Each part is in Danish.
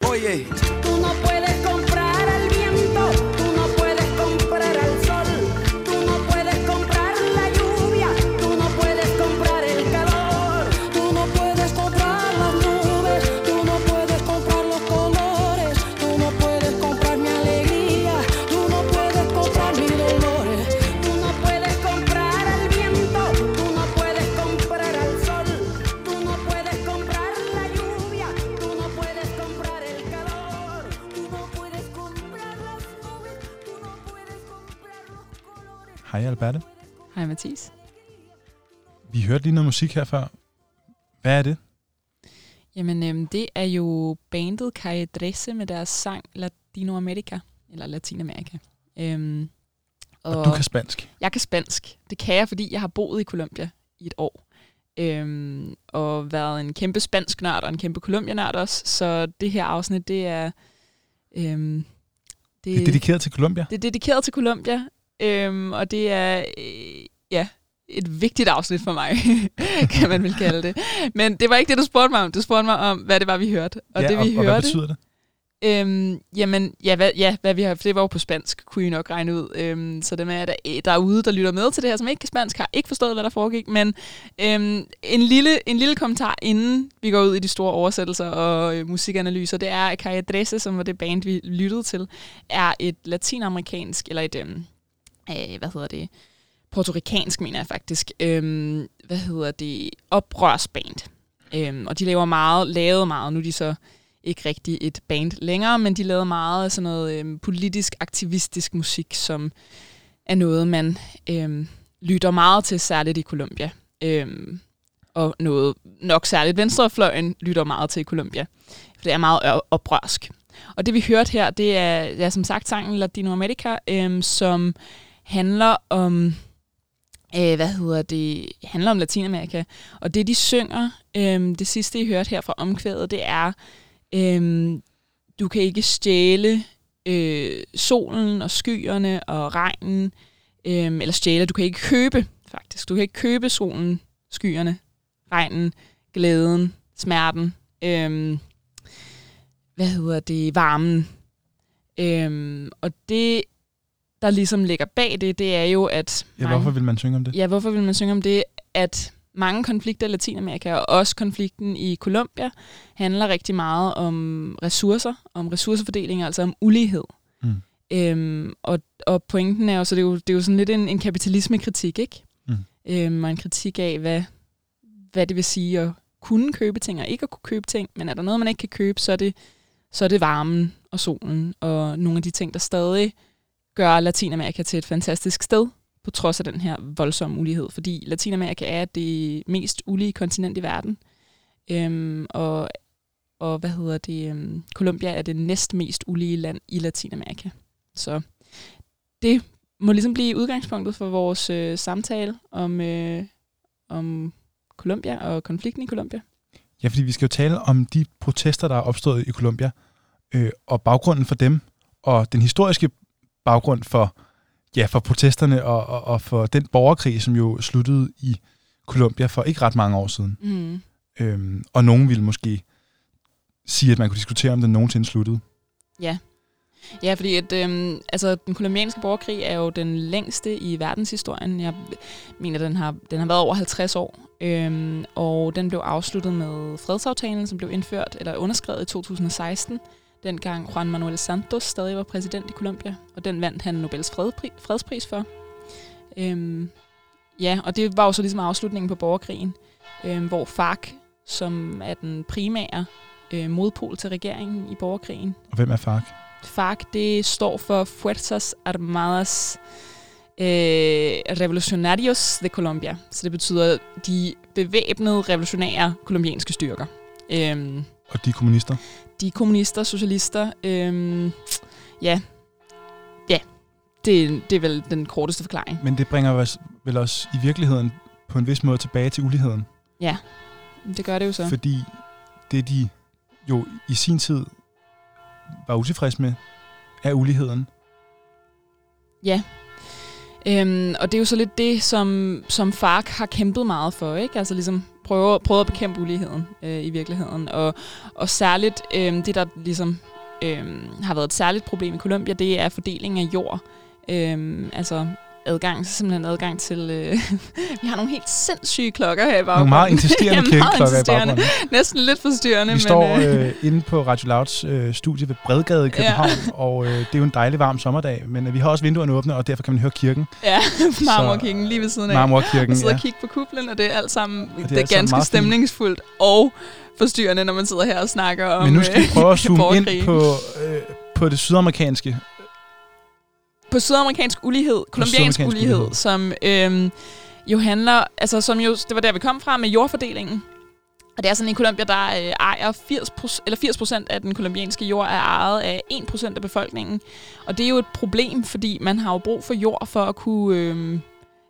Oye, Tú no puedes comprar al viento, tú no puedes comprar al sol, tú no puedes comprar la lluvia, tú no puedes comprar el calor, tú no puedes comprar las nubes, tú no puedes comprar los colores, tú no puedes comprar mi alegría, tú no puedes comprar mis dolores, tú no puedes comprar al viento, tú no puedes comprar al sol, tú no puedes comprar la lluvia, tú no puedes comprar el calor, tú no puedes comprar las nubes, tú no puedes comprar los colores. Hej Alberte. Hej Mathis. Vi hørte lige noget musik her før. Hvad er det? Jamen, det er jo bandet Calle 13 med deres sang Latinoamerica, eller Latinamerika. Og du kan spansk. Jeg kan spansk. Det kan jeg, fordi jeg har boet i Colombia i et år. Og været en kæmpe spansk nørd og en kæmpe Colombia-nørd også. Så det her afsnit, det er... Det er dedikeret til Colombia? Det er dedikeret til Colombia. Og det er et vigtigt afsnit for mig, kan man vel kalde det. Men det var ikke det, du spurgte mig om. Du spurgte mig om, hvad det var, vi hørte. Og det, vi hørte, hvad betyder det? Hvad vi har, det var jo på spansk, kunne I nok regne ud. Så dem af jer derude, der lytter med til det her, som ikke kan spansk, har ikke forstået, hvad der foregik. Men en lille kommentar, inden vi går ud i de store oversættelser og musikanalyser, det er, at Calle 13, som var det band, vi lyttede til, er et latinamerikansk, eller et, portorikansk, mener jeg faktisk, oprørsband. Og de lavede meget, nu er de så ikke rigtig et band længere, men de lavede meget sådan noget politisk, aktivistisk musik, som er noget, man lytter meget til, særligt i Colombia. Og noget nok særligt venstrefløjen lytter meget til i Colombia, for det er meget oprørsk. Og det vi hørte her, det er som sagt sangen Latinoamerica, som handler om handler om Latinamerika. Og det de synger, det sidste I hørte her fra omkvædet, det er du kan ikke stjæle solen og skyerne og regnen, eller stjæle, du kan ikke købe, faktisk. Du kan ikke købe solen, skyerne, regnen, glæden, smerten, varmen. Og det, der ligesom ligger bag det er jo, at... hvorfor vil man synge om det? Ja, hvorfor vil man synge om det? At mange konflikter i Latinamerika, og også konflikten i Colombia, handler rigtig meget om ressourcer, om ressourcefordeling, altså om ulighed. Og pointen er jo, så det er jo sådan lidt en kapitalismekritik, ikke? Og en kritik af, hvad det vil sige at kunne købe ting, og ikke at kunne købe ting, men er der noget, man ikke kan købe, så er det varmen og solen, og nogle af de ting, der stadig gør Latinamerika til et fantastisk sted, på trods af den her voldsomme ulighed. Fordi Latinamerika er det mest ulige kontinent i verden. Colombia er det næstmest ulige land i Latinamerika. Så det må ligesom blive udgangspunktet for vores samtale om Colombia og konflikten i Colombia. Ja, fordi vi skal jo tale om de protester, der er opstået i Colombia, og baggrunden for dem, og den historiske baggrund for protesterne og for den borgerkrig, som jo sluttede i Colombia for ikke ret mange år siden. Og nogen ville måske sige, at man kunne diskutere, om den nogensinde sluttede. Ja, fordi at, den kolumbianske borgerkrig er jo den længste i verdenshistorien. Jeg mener, den har været over 50 år. Og den blev afsluttet med fredsaftalen, som blev indført eller underskrevet i 2016. Dengang Juan Manuel Santos stadig var præsident i Colombia, og den vandt han Nobels fredspris for. Og det var jo så ligesom afslutningen på borgerkrigen, hvor FARC, som er den primære modpol til regeringen i borgerkrigen. Og hvem er FARC? FARC, det står for Fuerzas Armadas Revolucionarios de Colombia. Så det betyder de bevæbnede revolutionære kolumbianske styrker. Og de kommunister? De er kommunister, socialister. Det er vel den korteste forklaring. Men det bringer vel også i virkeligheden på en vis måde tilbage til uligheden. Ja, det gør det jo så. Fordi det, de jo i sin tid var utilfreds med, er uligheden. Ja. Og det er jo så lidt det, som FARC har kæmpet meget for, ikke? Altså ligesom prøvet at bekæmpe uligheden i virkeligheden. Og særligt det, der ligesom har været et særligt problem i Colombia, det er fordelingen af jord. Altså simpelthen adgang til... vi har nogle helt sindssyge klokker her i baggrunden. Nogle meget insisterende kirkeklokker i baggrunden. Næsten lidt forstyrrende. Vi står inde på Radio Louds studie ved Bredgade i København, og det er jo en dejlig varm sommerdag, men vi har også vinduerne åbne, og derfor kan man høre kirken. Ja, Marmorkirken lige ved siden af. Marmorkirken, og sidder og kigge på kuplen, og det er alt sammen det er ganske stemningsfuldt og forstyrrende, når man sidder her og snakker om men nu skal vi prøve at zoome ind på det sydamerikanske. På sydamerikansk ulighed, kolumbiansk ulighed, som jo handler, altså som jo, det var der vi kom fra med jordfordelingen. Og det er sådan i Colombia, der ejer 80% af den kolumbianske jord er ejet af 1% af befolkningen. Og det er jo et problem, fordi man har jo brug for jord for at kunne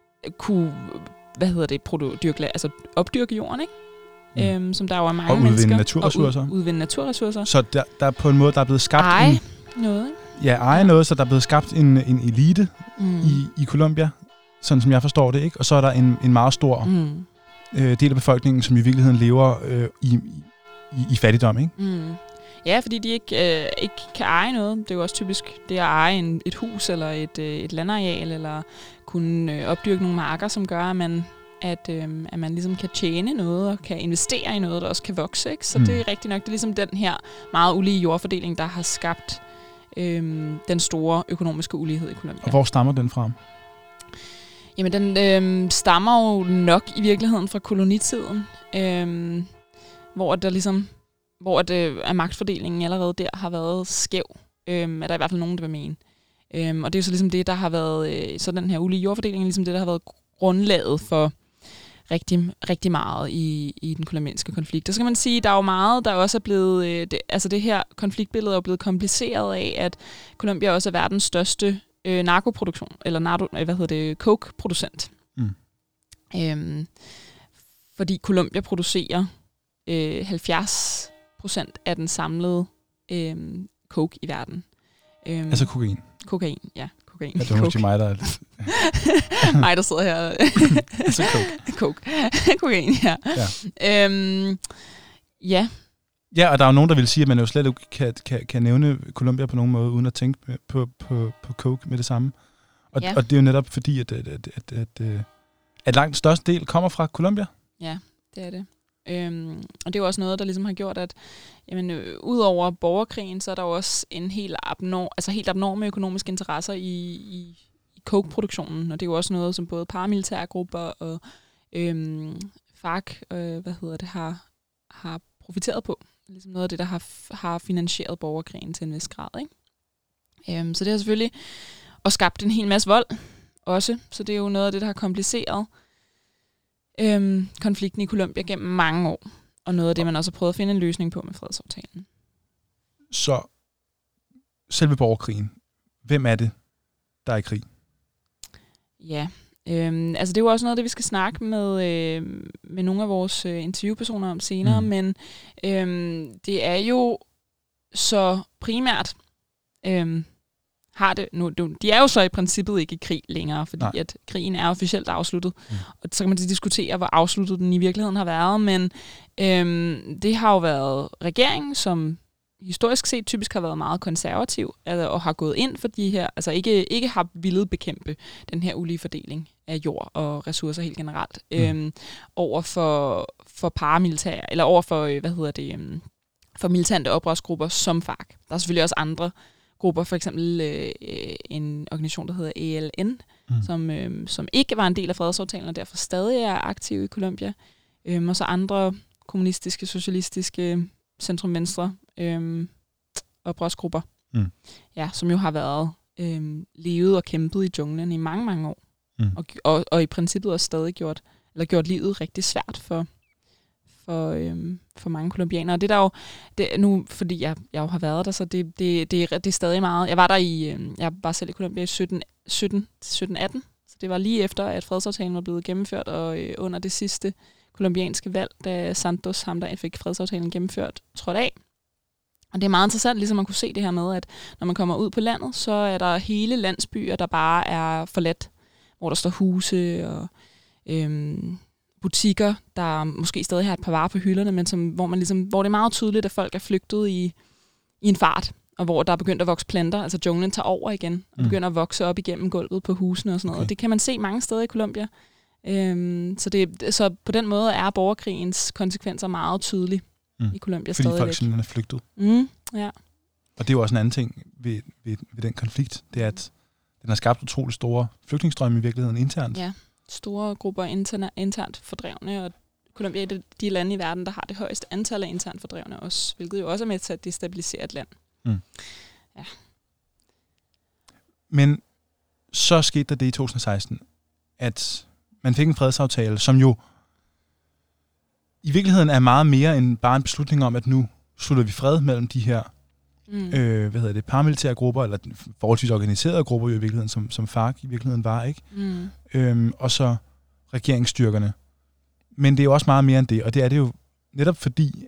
opdyrke jorden, ikke? Som der jo er mange mennesker. Naturressourcer. Og udvinde naturressourcer. Så der er på en måde, der er blevet skabt noget. Ja, noget, så der er blevet skabt en elite i Colombia, sådan som jeg forstår det, ikke? Og så er der en meget stor del af befolkningen, som i virkeligheden lever i fattigdom, ikke? Mm. Ja, fordi de ikke kan eje noget. Det er jo også typisk det at eje et hus eller et landareal, eller kunne opdyrke nogle marker, som gør, at man ligesom kan tjene noget og kan investere i noget, der også kan vokse, ikke? Så det er rigtigt nok. Det er ligesom den her meget ulige jordfordeling, der har skabt den store økonomiske ulighed i Colombia. Og hvor stammer den fra? Jamen, den stammer jo nok i virkeligheden fra kolonitiden, hvor magtfordelingen allerede der har været skæv. Er der i hvert fald nogen, der vil mene. Og det er jo så ligesom det, der har været, så den her ulige jordfordeling, ligesom det, der har været grundlaget for rigtig, rigtig meget i den kolumbianske konflikt. Der skal man sige, der er jo meget, der også er blevet... det her konfliktbillede er jo blevet kompliceret af, at Colombia også er verdens største narkoproduktion, eller coke-producent. Fordi Colombia producerer 70% af den samlede coke i verden. Altså kokain? Kokain, ja. Kokain. Ja, det er måske mig, der er lidt... mig, der sidder her. Altså coke. Kokain, ja. Ja. Ja, og der er jo nogen, der vil sige, at man jo slet ikke kan nævne Colombia på nogen måde, uden at tænke på coke med det samme. Og det er jo netop fordi, at langt største del kommer fra Colombia. Ja, det er det. Og det er jo også noget, der ligesom har gjort, at ud over borgerkrigen, så er der jo også en helt abnorme økonomiske interesser i coke-produktionen. Og det er jo også noget, som både paramilitære grupper og FARC har profiteret på. Ligesom noget af det, der har finansieret borgerkrigen til en vis grad, ikke? Så det har selvfølgelig også skabt en hel masse vold også. Så det er jo noget af det, der har kompliceret konflikten i Colombia gennem mange år. Og noget af det, man også har prøvet at finde en løsning på med fredsaftalen. Så selve borgerkrigen, hvem er det, der er i krig? Ja, det er jo også noget af det, vi skal snakke med nogle af vores interviewpersoner om senere, men det er jo så primært... de er jo så i princippet ikke i krig længere, fordi at krigen er officielt afsluttet. Og så kan man diskutere, hvor afsluttet den i virkeligheden har været, men det har jo været regeringen, som historisk set typisk har været meget konservativ, og har gået ind for de her, altså ikke har villet bekæmpe den her ulige fordeling af jord og ressourcer helt generelt, over for paramilitære, eller over for, for militante oprørsgrupper som FARC. Der er selvfølgelig også andre grupper, for eksempel en organisation, der hedder ELN, som ikke var en del af fredsaftalen, og derfor stadig er aktiv i Colombia. Og så andre kommunistiske, socialistiske, centrum-venstre oprørsgrupper, som jo har været levet og kæmpet i junglen i mange, mange år. Og i princippet også stadig gjort livet rigtig svært for mange colombianere. Og det der jo, nu, fordi jeg jo har været der, så det er stadig meget. Jeg var der jeg var selv i Colombia i 17-18, så det var lige efter, at fredsaftalen var blevet gennemført, og under det sidste colombianske valg, da Santos, ham der fik fredsaftalen gennemført, trådte af. Og det er meget interessant, ligesom man kunne se det her med, at når man kommer ud på landet, så er der hele landsbyer, der bare er forladt, hvor der står huse og butikker, der måske stadig har et par varer på hylderne, men hvor det er meget tydeligt, at folk er flygtet i en fart, og hvor der er begyndt at vokse planter, altså junglen tager over igen, og begynder at vokse op igennem gulvet på husene og sådan noget. Det kan man se mange steder i Colombia. Så på den måde er borgerkrigens konsekvenser meget tydelige i Colombia stadigvæk. Fordi folk simpelthen er flygtet. Ja. Og det er jo også en anden ting ved den konflikt, det er, at den har skabt utroligt store flygtningestrømme i virkeligheden internt. Ja, store grupper internt fordrevne, og Colombia er et af de lande i verden, der har det højeste antal af internt fordrevne også, hvilket jo også er med til at destabilisere et land. Ja. Men så skete der det i 2016, at man fik en fredsaftale, som jo i virkeligheden er meget mere end bare en beslutning om, at nu slutter vi fred mellem de her paramilitære grupper, eller forholdsvis organiserede grupper jo i virkeligheden, som FARC i virkeligheden var, ikke? Og så regeringsstyrkerne. Men det er jo også meget mere end det, og det er det jo netop fordi,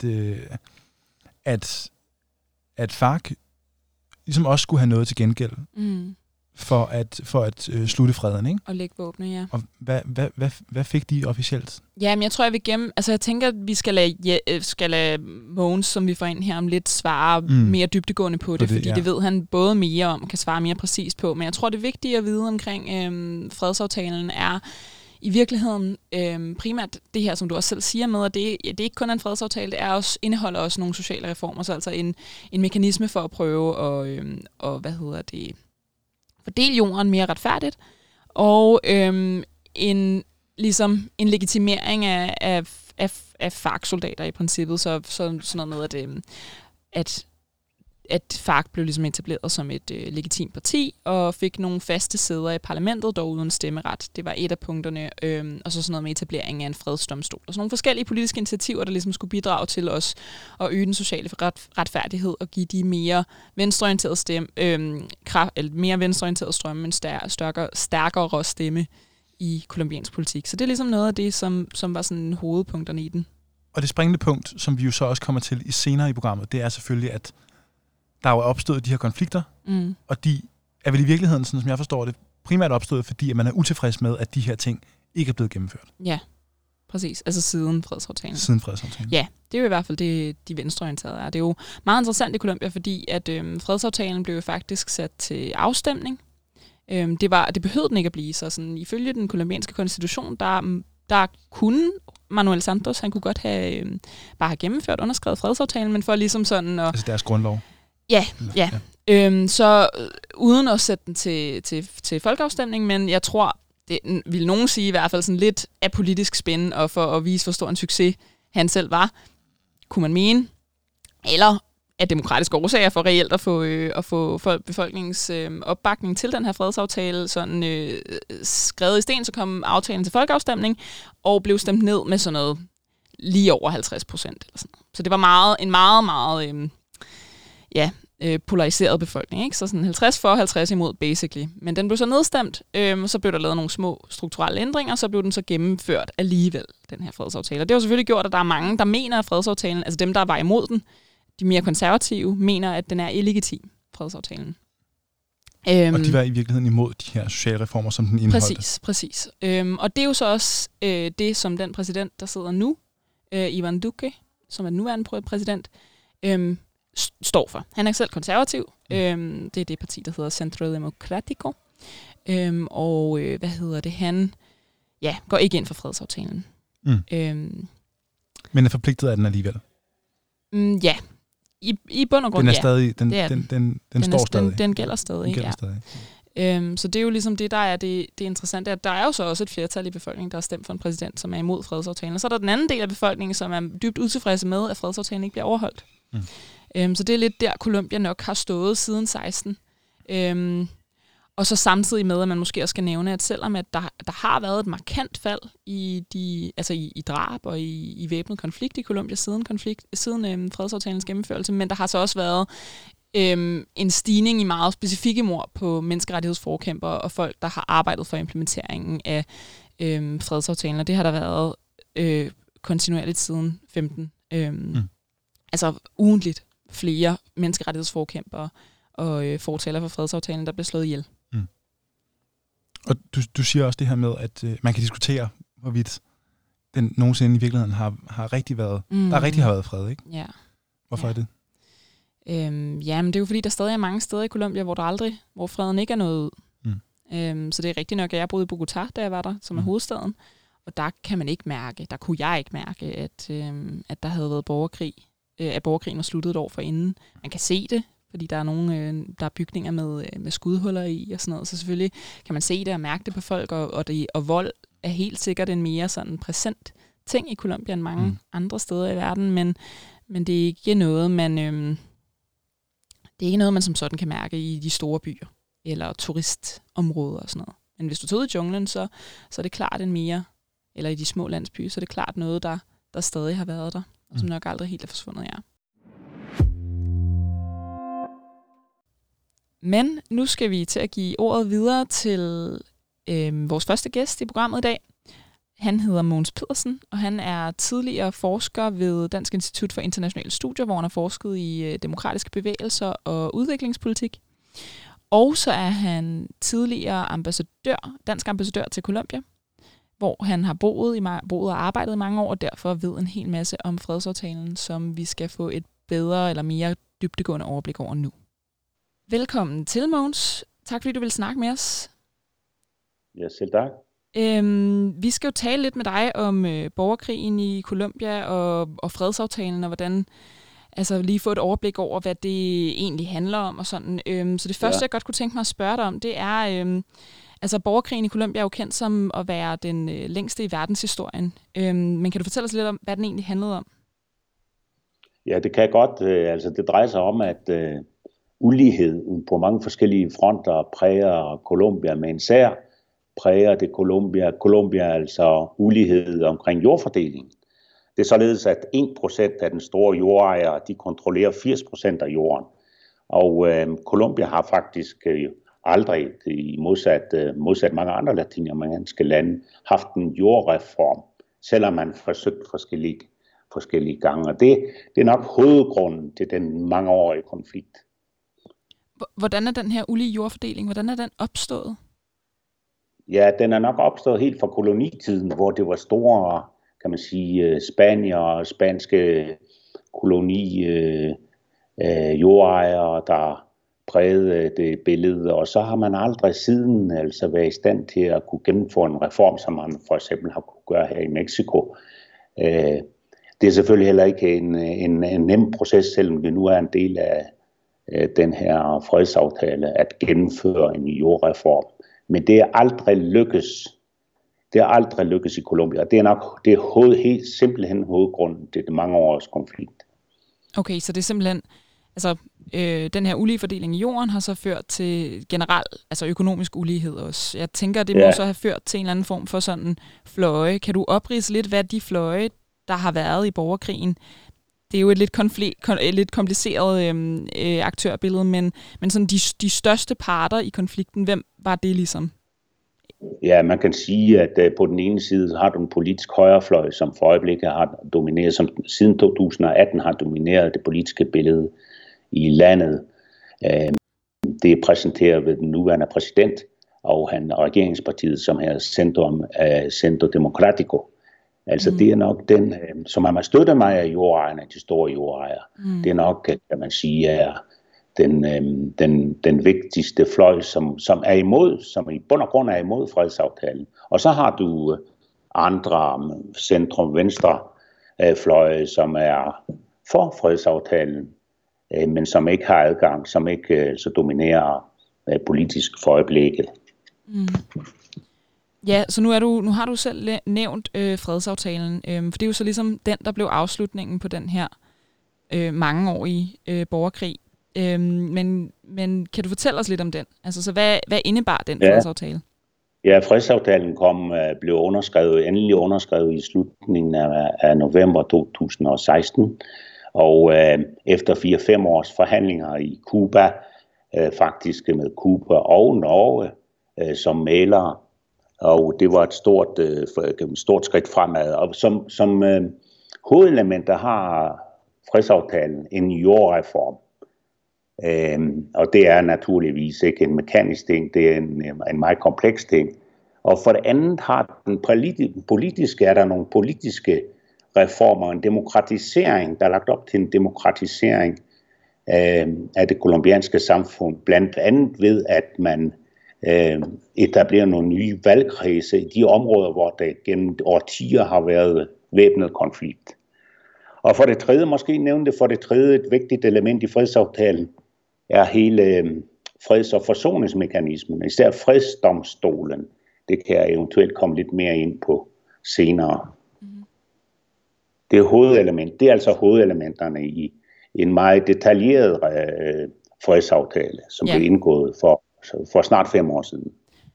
at FARC ligesom også skulle have noget til gengæld for at slutte freden, ikke? Og lægge våbne, ja. Og hvad fik de officielt? Ja, men jeg tror, jeg tænker, at vi skal lade Mogens, som vi får ind her om lidt, svare mere dybdegående på det, fordi det ved han både mere om, kan svare mere præcist på. Men jeg tror, det vigtige at vide omkring fredsaftalen er i virkeligheden primært det her, som du også selv siger med, at det er ikke kun en fredsaftale, det er også, indeholder også nogle sociale reformer, så altså en mekanisme for at prøve at fordele jorden mere retfærdigt, og en legitimering af FARC-soldater i princippet, så sådan noget med, at FARC blev ligesom etableret som et legitimt parti, og fik nogle faste sæder i parlamentet, dog uden stemmeret. Det var et af punkterne, og så sådan noget med etablering af en fredsdomstol. Og sådan nogle forskellige politiske initiativer, der ligesom skulle bidrage til os at øge den sociale retfærdighed, og give de mere venstreorienterede mere venstreorienterede strømme en stærkere stemme i colombiansk politik. Så det er ligesom noget af det, som var sådan hovedpunkterne i den. Og det springende punkt, som vi jo så også kommer til i senere i programmet, det er selvfølgelig, at der er jo opstået de her konflikter, og de er vel i virkeligheden, sådan som jeg forstår det, primært opstået, fordi at man er utilfreds med, at de her ting ikke er blevet gennemført. Ja, præcis. Altså siden fredsaftalen. Ja, det er jo i hvert fald det, de venstreorienterede er. Det er jo meget interessant i Colombia, fordi at fredsaftalen blev jo faktisk sat til afstemning. Det behøvede den ikke at blive, så sådan, ifølge den colombianske konstitution, der kunne Manuel Santos, han kunne godt bare have gennemført, underskrevet fredsaftalen, men for ligesom sådan at... Altså deres grundlov? Ja. Så uden at sætte den til folkeafstemning, men jeg tror, det vil nogen sige i hvert fald sådan lidt af politisk spin, og for at vise, hvor stor en succes han selv var, kunne man mene, eller af demokratiske årsager for reelt at få befolkningens opbakning til den her fredsaftale sådan skrevet i sten, så kom aftalen til folkeafstemning, og blev stemt ned med sådan noget lige over 50%. Eller sådan noget. Så det var en meget polariseret befolkning, ikke? Så sådan 50 for, 50 imod, basically. Men den blev så nedstemt, og så blev der lavet nogle små strukturelle ændringer, og så blev den så gennemført alligevel, den her fredsaftale. Og det har selvfølgelig gjort, at der er mange, der mener, at fredsaftalen, altså dem, der var imod den, de mere konservative, mener, at den er illegitim, fredsaftalen. Og de var i virkeligheden imod de her sociale reformer, som den indeholdte. Præcis. Og det er jo så også det, som den præsident, der sidder nu, Ivan Duque, som er den nuværende præsident, står for. Han er selv konservativ. Det er det parti, der hedder Centro Democrático. Han går ikke ind for fredsaftalen. Men er forpligtet af den alligevel? Ja. I bund og grund, den er stadig, den står stadig. Den gælder stadig, så det er jo ligesom det, der er det interessante, at der er jo så også et flertal i befolkningen, der har stemt for en præsident, som er imod fredsaftalen. Og så er der den anden del af befolkningen, som er dybt utilfredse med, at fredsaftalen ikke bliver overholdt. Så det er lidt der, Colombia nok har stået siden 16. Og så samtidig med, at man måske også skal nævne, at selvom at der har været et markant fald i drab og i væbnet konflikt i Colombia siden fredsaftalens gennemførelse, men der har så også været en stigning i meget specifikke mord på menneskerettighedsforkæmpere og folk, der har arbejdet for implementeringen af fredsaftalen, og det har der været kontinuerligt siden 15. Altså ugentligt flere menneskerettighedsforkæmpere og fortaler for fredsaftalen, der blev slået ihjel. Og du siger også det her med, at man kan diskutere, hvorvidt den nogensinde i virkeligheden har rigtig været, der rigtig har været fred, ikke? Ja. Hvorfor er det? Men det er jo fordi, der stadig er mange steder i Colombia, hvor freden ikke er nået ud. Så det er rigtigt nok, at jeg boede i Bogotá, da jeg var der, som er hovedstaden. Og der kunne jeg ikke mærke, at der havde været borgerkrig, at borgerkrigen var sluttet et år forinden. Man kan se det, fordi der er bygninger med skudhuller i og sådan noget, så selvfølgelig kan man se det og mærke det på folk, og vold er helt sikkert en mere sådan præsent ting i Colombia end mange andre steder i verden, men det er ikke noget, man som sådan kan mærke i de store byer eller turistområder og sådan noget. Men hvis du tager ud i junglen, så er det klart en mere, eller i de små landsbyer, så er det klart noget, der stadig har været der, og som nok aldrig helt er forsvundet, ja. Men nu skal vi til at give ordet videre til vores første gæst i programmet i dag. Han hedder Mogens Pedersen, og han er tidligere forsker ved Dansk Institut for Internationale Studier, hvor han har forsket i demokratiske bevægelser og udviklingspolitik. Og så er han tidligere dansk ambassadør til Colombia, hvor han har boet og arbejdet i mange år, og derfor ved en hel masse om fredsaftalen, som vi skal få et bedre eller mere dybdegående overblik over nu. Velkommen til, Mogens. Tak fordi du vil snakke med os. Ja, selv tak. Vi skal jo tale lidt med dig om borgerkrigen i Colombia og fredsaftalen, og hvordan, altså lige få et overblik over, hvad det egentlig handler om og sådan. Så det første, jeg godt kunne tænke mig at spørge dig om, det er, altså borgerkrigen i Colombia er jo kendt som at være den længste i verdenshistorien. Men kan du fortælle os lidt om, hvad den egentlig handlede om? Ja, det kan jeg godt. Altså det drejer sig om, at ulighed på mange forskellige fronter præger Colombia, men især præger det Colombia altså ulighed omkring jordfordeling. Det er således, at 1% af den store jordejer, de kontrollerer 80% af jorden. Og Colombia har faktisk aldrig, i modsat mange andre latinamerikanske lande, haft en jordreform, selvom man forsøgt forskellige gange. Og det er nok hovedgrunden til den mangeårige konflikt. Hvordan er den her ulige jordfordeling, hvordan er den opstået? Ja, den er nok opstået helt fra kolonitiden, hvor det var store, kan man sige, spanier og spanske jordejere, der prægede det billede. Og så har man aldrig siden altså været i stand til at kunne gennemføre en reform, som man for eksempel har kunne gøre her i Mexico. Det er selvfølgelig heller ikke en nem proces, selvom det nu er en del af den her fredsaftale at gennemføre en jordreform. Men det er aldrig lykkes. Det er aldrig lykkes i Colombia. Det er helt simpelthen hovedgrunden til det mange års konflikt. Okay, så det er simpelthen, altså den her ulige fordeling i jorden har så ført til generelt, altså økonomisk ulighed også. Jeg tænker, det må så have ført til en eller anden form for sådan fløje. Kan du opridse lidt, hvad de fløje, der har været i borgerkrigen? Det er jo et lidt kompliceret aktørbillede, men sådan de største parter i konflikten, hvem var det ligesom? Ja, man kan sige, at på den ene side har du en politisk højrefløj, som for øjeblikket har domineret, som siden 2018 har domineret det politiske billede i landet. Det er præsenteret ved den nuværende præsident og regeringspartiet, som her Centro Democrático. Altså det er nok den, som man støtter mig af jordejerne, de store jordejere. Det er nok, kan man sige, er den vigtigste fløj, som er imod, som i bund og grund er imod fredsaftalen. Og så har du andre centrum-venstre fløje, som er for fredsaftalen, men som ikke har adgang, som ikke så dominerer politisk for øjeblikket. Ja, så nu har du selv nævnt fredsaftalen, for det er jo så ligesom den, der blev afslutningen på den her mangeårige borgerkrig. Men kan du fortælle os lidt om den? Altså, så hvad indebar den fredsaftale? Ja, fredsaftalen blev endelig underskrevet i slutningen af november 2016, og efter 4-5 års forhandlinger i Cuba, faktisk med Cuba og Norge som mæglere, og det var et stort skridt fremad. Og som hovedelementer har fredsaftalen en jordreform. Og det er naturligvis ikke en mekanisk ting, det er en meget kompleks ting. Og for det andet har den politiske, er der nogle politiske reformer, en demokratisering, der er lagt op til en demokratisering af det kolumbianske samfund, blandt andet ved, at man etablerer nogle nye valgkredse i de områder, hvor der gennem årtier har været væbnet konflikt. Og for det tredje, måske nævnte for det tredje, et vigtigt element i fredsaftalen, er hele freds- og forsoningsmekanismen, især fredsdomstolen. Det kan jeg eventuelt komme lidt mere ind på senere. Det er altså hovedelementerne i en meget detaljeret fredsaftale, som blev indgået for snart 5 år siden.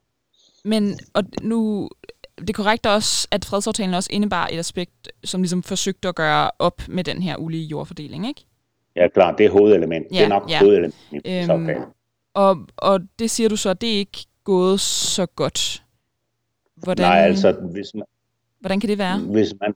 Men og nu, det er korrekt også, at fredsaftalen også indebar et aspekt, som ligesom forsøgte at gøre op med den her ulige jordfordeling, ikke? Ja, klart, det er hovedelement. Ja, det er nok hovedelement i fredsaftalen. Og det siger du så, det er ikke gået så godt. Nej, altså, hvordan kan det være?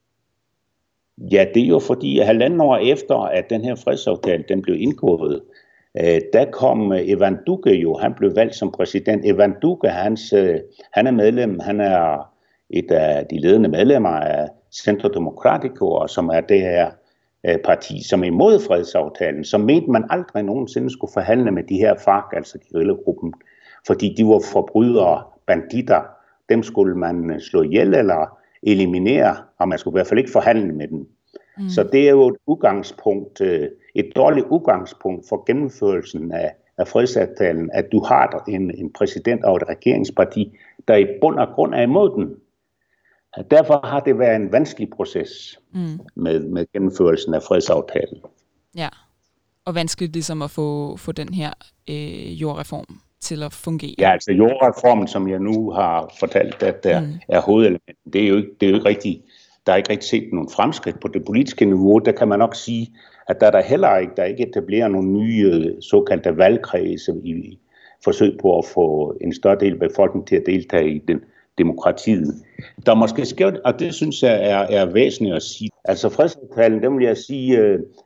Ja, det er jo fordi, at 1,5 år efter, at den her fredsaftale den blev indgået, der kom Iván Duque jo, han blev valgt som præsident. Iván Duque, han er medlem, han er et af de ledende medlemmer af Centro Democrático, som er det her parti, som er imod fredsaftalen, som mente man aldrig nogensinde skulle forhandle med de her FARC, altså guerillagruppen, fordi de var forbrydere, banditter. Dem skulle man slå ihjel eller eliminere, og man skulle i hvert fald ikke forhandle med dem. Så det er jo et udgangspunkt, et dårligt udgangspunkt for gennemførelsen af fredsaftalen, at du har en præsident og et regeringsparti, der i bund og grund er imod den. Derfor har det været en vanskelig proces med gennemførelsen af fredsaftalen. Ja, og vanskeligt ligesom at få den her jordreform til at fungere. Ja, altså jordreformen, som jeg nu har fortalt, at der er hovedelementen, det er jo ikke rigtigt. Der er ikke rigtig set nogen fremskridt på det politiske niveau. Der kan man nok sige, at der er ikke etableret nogle nye såkaldte valgkredse i forsøg på at få en større del af befolkningen til at deltage i den demokratiet. Der er måske skævt, og det synes jeg er væsentligt at sige. Altså fredsaftalen, det vil jeg sige,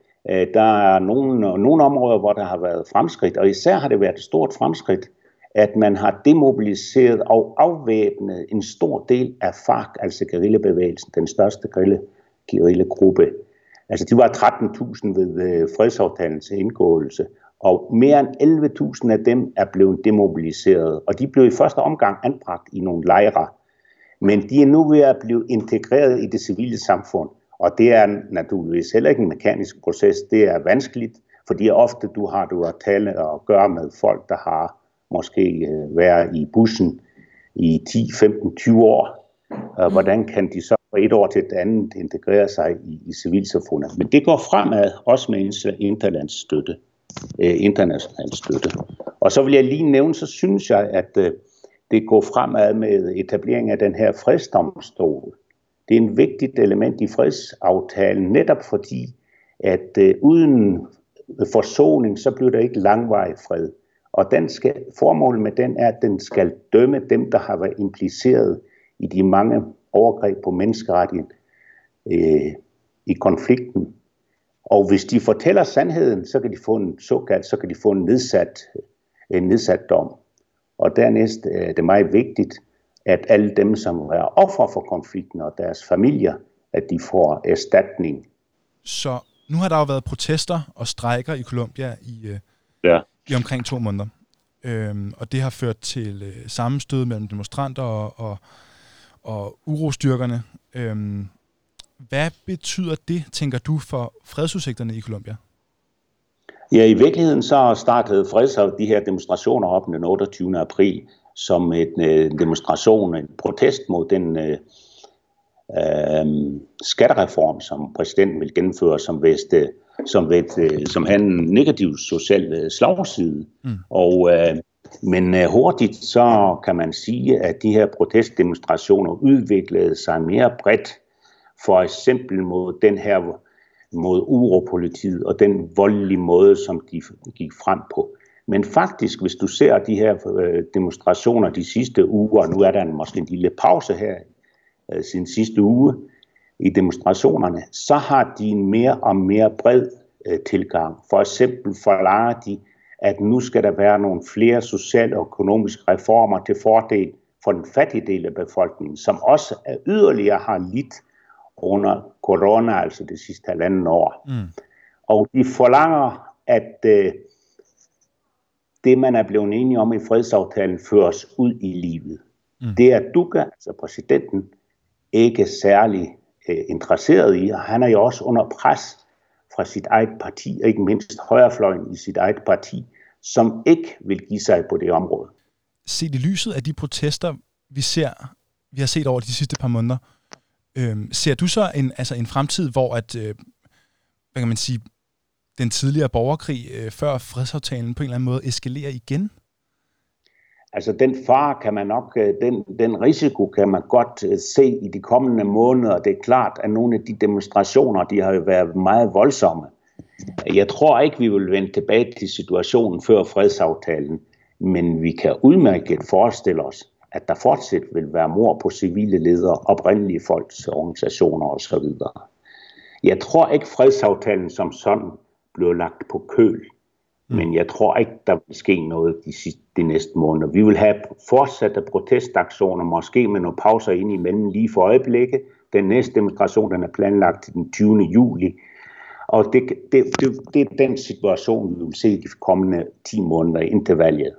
der er nogle områder, hvor der har været fremskridt, og især har det været et stort fremskridt, at man har demobiliseret og afvæbnet en stor del af FARC, altså guerillabevægelsen, den største guerillagruppe. Altså de var 13.000 ved fredsaftalens indgåelse, og mere end 11.000 af dem er blevet demobiliseret, og de blev i første omgang anbragt i nogle lejre. Men de er nu ved at blive integreret i det civile samfund, og det er naturligvis heller ikke en mekanisk proces. Det er vanskeligt, fordi ofte du har at tale og gøre med folk, der har måske været i bussen i 10, 15, 20 år. Hvordan kan de så fra et år til et andet integrere sig i civilsamfundet? Men det går fremad, også med international støtte. Og så vil jeg lige nævne, så synes jeg, at det går fremad med etablering af den her fredsdomstol. Det er en vigtigt element i fredsaftalen, netop fordi, at uden forsoning, så bliver der ikke langvarig fred. Og formålet med den er, at den skal dømme dem, der har været impliceret i de mange overgreb på menneskerettigheden i konflikten. Og hvis de fortæller sandheden, så kan de få en nedsat dom. Og dernæst er det meget vigtigt, at alle dem, som er ofre for konflikten og deres familier, at de får erstatning. Så nu har der jo været protester og strejker i Colombia i omkring 2 måneder. Og det har ført til sammenstød mellem demonstranter og urostyrkerne. Hvad betyder det, tænker du, for fredsudsigterne i Colombia? Ja, i virkeligheden så startede de her demonstrationer op den 28. april som en demonstration, en protest mod den skattereform, som præsidenten vil gennemføre, som har en negativ social slagside. Men hurtigt så kan man sige, at de her protestdemonstrationer udviklede sig mere bredt, for eksempel mod uropolitiet og den voldelige måde, som de gik frem på. Men faktisk, hvis du ser de her demonstrationer de sidste uger, nu er der måske en lille pause her siden sidste uge i demonstrationerne, så har de en mere og mere bred tilgang. For eksempel forlanger de, at nu skal der være nogle flere sociale og økonomiske reformer til fordel for den fattige del af befolkningen, som også yderligere har lidt under corona, altså det sidste 1,5 år. Og de forlanger, at det, man er blevet enige om i fredsaftalen, føres ud i livet. Det er Duque, altså præsidenten, ikke særlig interesseret i, og han er jo også under pres fra sit eget parti, og ikke mindst højrefløjen i sit eget parti, som ikke vil give sig på det område. Set i lyset af de protester, vi har set over de sidste par måneder, ser du så en fremtid, hvor at, hvad kan man sige, den tidligere borgerkrig før fredsaftalen på en eller anden måde eskalerer igen? Altså den fare kan man nok, den risiko kan man godt se i de kommende måneder. Det er klart, at nogle af de demonstrationer, de har jo været meget voldsomme. Jeg tror ikke, vi vil vende tilbage til situationen før fredsaftalen, men vi kan udmærket forestille os, at der fortsat vil være mord på civile ledere, oprindelige folks organisationer osv. Jeg tror ikke, fredsaftalen som sådan bliver lagt på køl. Men jeg tror ikke, der vil ske noget de næste måneder. Vi vil have fortsatte protestaktioner, måske med nogle pauser ind imellem lige for øjeblikket. Den næste demonstration den er planlagt til den 20. juli. Og det er den situation, vi vil se de kommende 10 måneder indtil valget.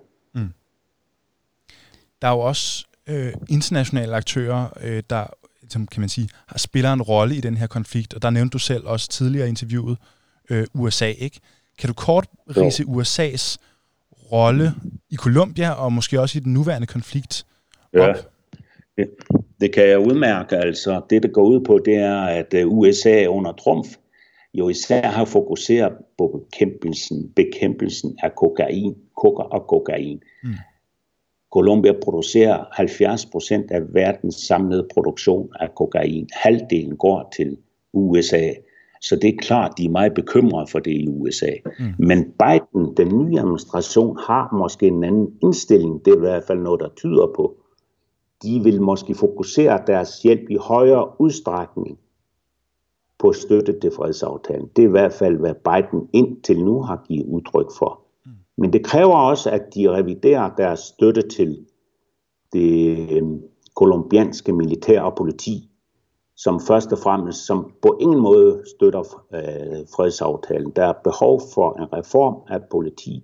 Der er jo også internationale aktører, der som kan man sige, spiller en rolle i den her konflikt. Og der nævnte du selv også tidligere i interviewet USA, ikke? Kan du kort ridse USA's rolle i Colombia og måske også i den nuværende konflikt op? Ja, det kan jeg udmærke. Altså, det går ud på, det er, at USA under Trump jo især har fokuseret på bekæmpelsen af kokain, og kokain. Colombia producerer 70% af verdens samlede produktion af kokain. Halvdelen går til USA. Så det er klart, de er meget bekymrede for det i USA. Men Biden, den nye administration, har måske en anden indstilling. Det er i hvert fald noget, der tyder på. De vil måske fokusere deres hjælp i højere udstrækning på støtte til fredsaftalen. Det er i hvert fald, hvad Biden indtil nu har givet udtryk for. Men det kræver også, at de reviderer deres støtte til det kolumbianske militær og politi, som først og fremmest, som på ingen måde støtter fredsaftalen. Der er behov for en reform af politi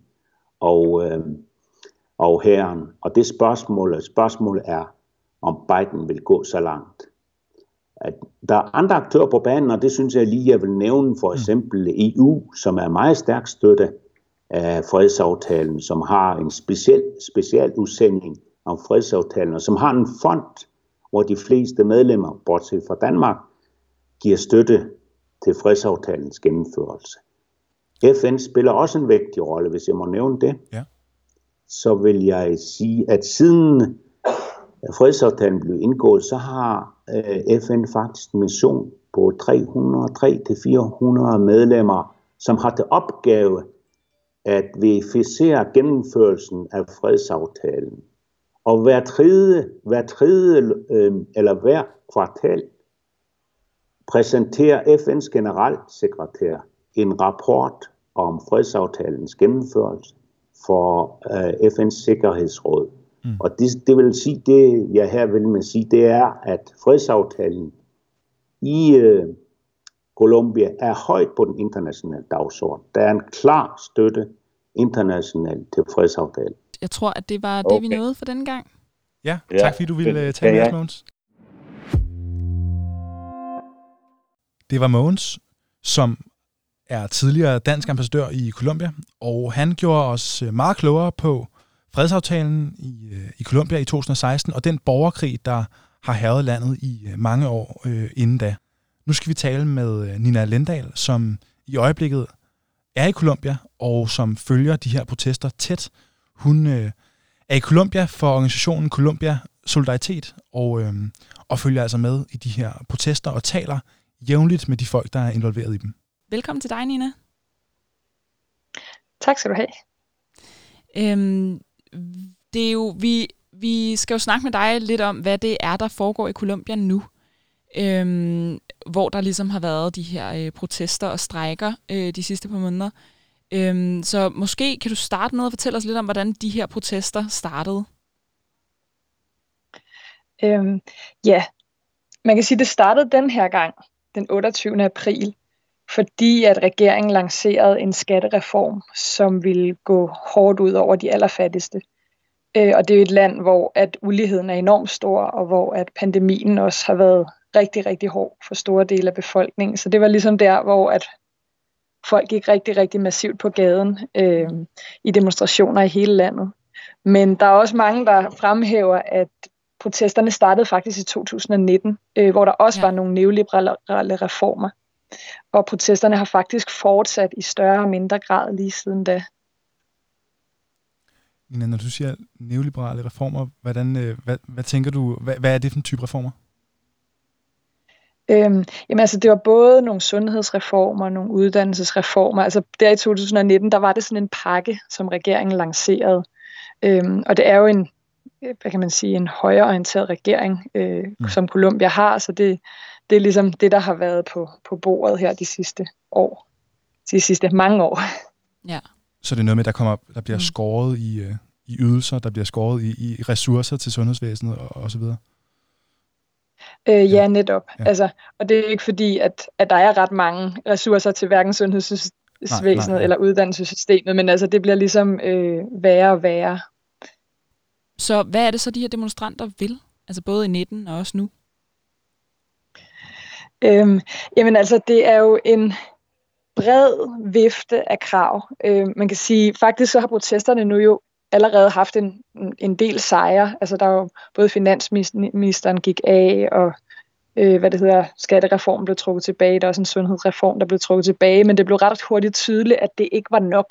og hæren. Og det spørgsmålet er, om Biden vil gå så langt. At der er andre aktører på banen, og det synes jeg lige, jeg vil nævne, for eksempel EU, som er meget stærk støtte af fredsaftalen, som har en speciel udsending om fredsaftalen, og som har en fond, hvor de fleste medlemmer, bortset fra Danmark, giver støtte til fredsaftalens gennemførelse. FN spiller også en vigtig rolle, hvis jeg må nævne det. Ja. Så vil jeg sige, at siden fredsaftalen blev indgået, så har FN faktisk en mission på 300-400 medlemmer, som har til opgave at verificere gennemførelsen af fredsaftalen. Og hver kvartal præsenterer FN's generalsekretær en rapport om fredsaftalens gennemførelse for FN's Sikkerhedsråd. Og det vil sige, det jeg her vil med sige, det er, at fredsaftalen i Colombia er højt på den internationale dagsorden. Der er en klar støtte internationalt til fredsaftalen. Jeg tror, at det var det, vi nåede for denne gang. Ja, tak fordi du ville tale med os, Mogens. Det var Mogens, som er tidligere dansk ambassadør i Colombia, og han gjorde os meget klogere på fredsaftalen i Colombia i 2016, og den borgerkrig, der har hærget landet i mange år inden da. Nu skal vi tale med Nina Lendahl, som i øjeblikket er i Colombia, og som følger de her protester tæt. Hun er i Colombia for organisationen Colombia Solidaritet, og følger altså med i de her protester og taler jævnligt med de folk, der er involveret i dem. Velkommen til dig, Nina. Tak skal du have. Det er jo, vi skal jo snakke med dig lidt om, hvad det er, der foregår i Colombia nu. Hvor der ligesom har været de her protester og strejker de sidste par måneder. Så måske kan du starte med at fortælle os lidt om, hvordan de her protester startede? Ja, man kan sige, at det startede den her gang, den 28. april, fordi at regeringen lancerede en skattereform, som ville gå hårdt ud over de allerfattigste. Og det er jo et land, hvor at uligheden er enormt stor, og hvor at pandemien også har været rigtig, rigtig hård for store dele af befolkningen. Så det var ligesom der, hvor at folk gik rigtig, rigtig massivt på gaden i demonstrationer i hele landet. Men der er også mange, der fremhæver, at protesterne startede faktisk i 2019, hvor der også var nogle neoliberale reformer. Og protesterne har faktisk fortsat i større og mindre grad lige siden da. Nina, når du siger neoliberale reformer, hvad tænker du, hvad er det for en type reformer? Jamen altså, det var både nogle sundhedsreformer, nogle uddannelsesreformer. Altså der i 2019, der var det sådan en pakke, som regeringen lancerede. Og det er jo en, hvad kan man sige, en højreorienteret regering, som Colombia har, så det er ligesom det, der har været på bordet her de sidste år. De sidste mange år. Ja. Så det er noget med, der bliver skåret i ydelser, der bliver skåret i ressourcer til sundhedsvæsenet og så videre? Ja, netop. Ja. Altså, og det er ikke fordi, at der er ret mange ressourcer til hverken sundhedsvæsenet eller uddannelsessystemet, men altså, det bliver ligesom værre og værre. Så hvad er det så, de her demonstranter vil? Altså både i 19 og også nu? Jamen altså, det er jo en bred vifte af krav. Man kan sige, faktisk så har protesterne nu jo allerede haft en del sejre. Altså der er jo både finansministeren gik af, og skattereformen blev trukket tilbage. Der er også en sundhedsreform, der blev trukket tilbage, men det blev ret hurtigt tydeligt, at det ikke var nok.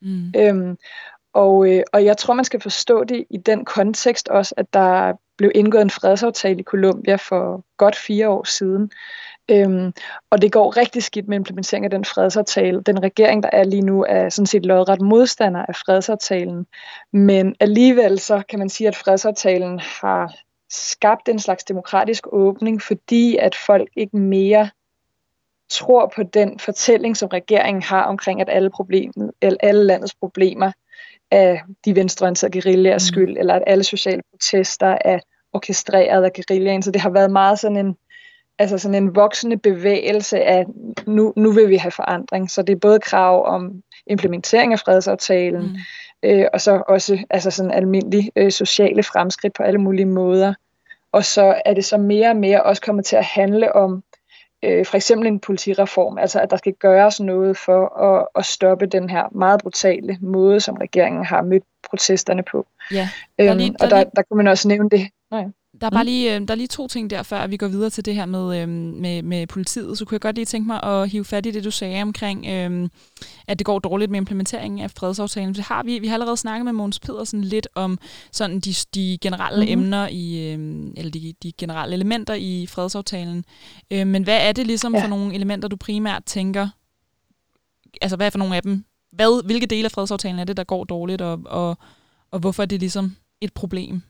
Og jeg tror, man skal forstå det i den kontekst også, at der blev indgået en fredsaftale i Colombia for godt 4 år siden. Og det går rigtig skidt med implementering af den fredsaftale. Den regering, der er lige nu, er sådan set lodret modstander af fredsaftalen. Men alligevel så kan man sige, at fredsaftalen har skabt en slags demokratisk åbning, fordi at folk ikke mere tror på den fortælling, som regeringen har omkring, at alle landets problemer er de venstreorienterede guerillaers skyld, eller at alle sociale protester er orkestreret af guerillaen. Så det har været meget sådan en voksende bevægelse af, nu vil vi have forandring. Så det er både krav om implementering af fredsaftalen, og så også sådan almindelige sociale fremskridt på alle mulige måder. Og så er det så mere og mere også kommet til at handle om for eksempel en politireform, altså at der skal gøres noget for at stoppe den her meget brutale måde, som regeringen har mødt protesterne på. Ja, der kunne man også nævne det. Nej. Der er lige 2 ting der, før vi går videre til det her med politiet. Så kunne jeg godt lige tænke mig at hive fat i det, du sagde omkring, at det går dårligt med implementeringen af fredsaftalen. Det har vi har allerede snakket med Mogens Pedersen lidt om sådan de generelle emner eller de generelle elementer i fredsaftalen. Men hvad er det ligesom for nogle elementer, du primært tænker? Altså hvad er for nogle af dem? Hvilke dele af fredsaftalen er det, der går dårligt, og hvorfor er det ligesom et problem?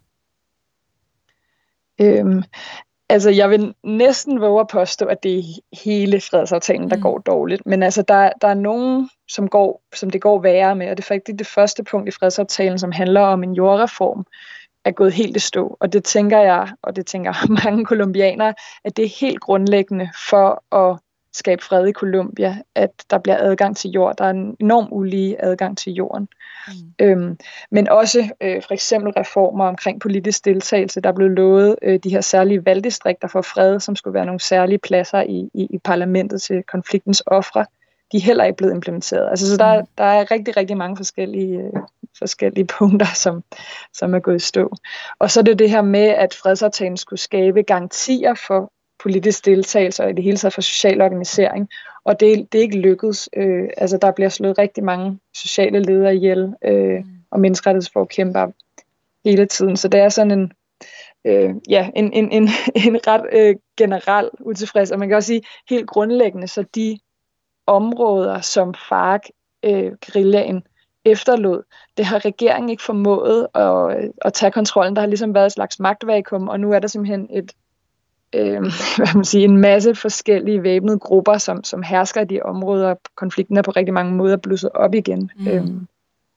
Altså, jeg vil næsten våge at påstå, at det er hele fredsaftalen, der går dårligt. Men altså, der er nogen, som det går værre med, og det er faktisk det første punkt i fredsaftalen, som handler om en jordreform, er gået helt i stå. Og det tænker jeg, og det tænker mange kolumbianere, at det er helt grundlæggende for at skabe fred i Colombia, at der bliver adgang til jord. Der er en enorm ulige adgang til jorden. Men også for eksempel reformer omkring politisk deltagelse. Der blev lovet de her særlige valgdistrikter for fred, som skulle være nogle særlige pladser i parlamentet til konfliktens ofre. De er heller ikke blevet implementeret. Altså, så der er rigtig, rigtig mange forskellige punkter, som er gået i stå. Og så er det her med, at fredsaftalen skulle skabe garantier for politisk deltagelse og i det hele taget for social organisering. Og det er ikke lykkedes. Altså, der bliver slået rigtig mange sociale ledere ihjel og menneskerettighedsforkæmpere hele tiden. Så det er sådan en ret generel utilfreds. Og man kan også sige, helt grundlæggende, så de områder, som FARC-guerillaen efterlod, det har regeringen ikke formået at tage kontrollen. Der har ligesom været et slags magtvakuum, og nu er der simpelthen en masse forskellige væbnede grupper, som hersker i de områder. Konflikten er på rigtig mange måder blusset op igen.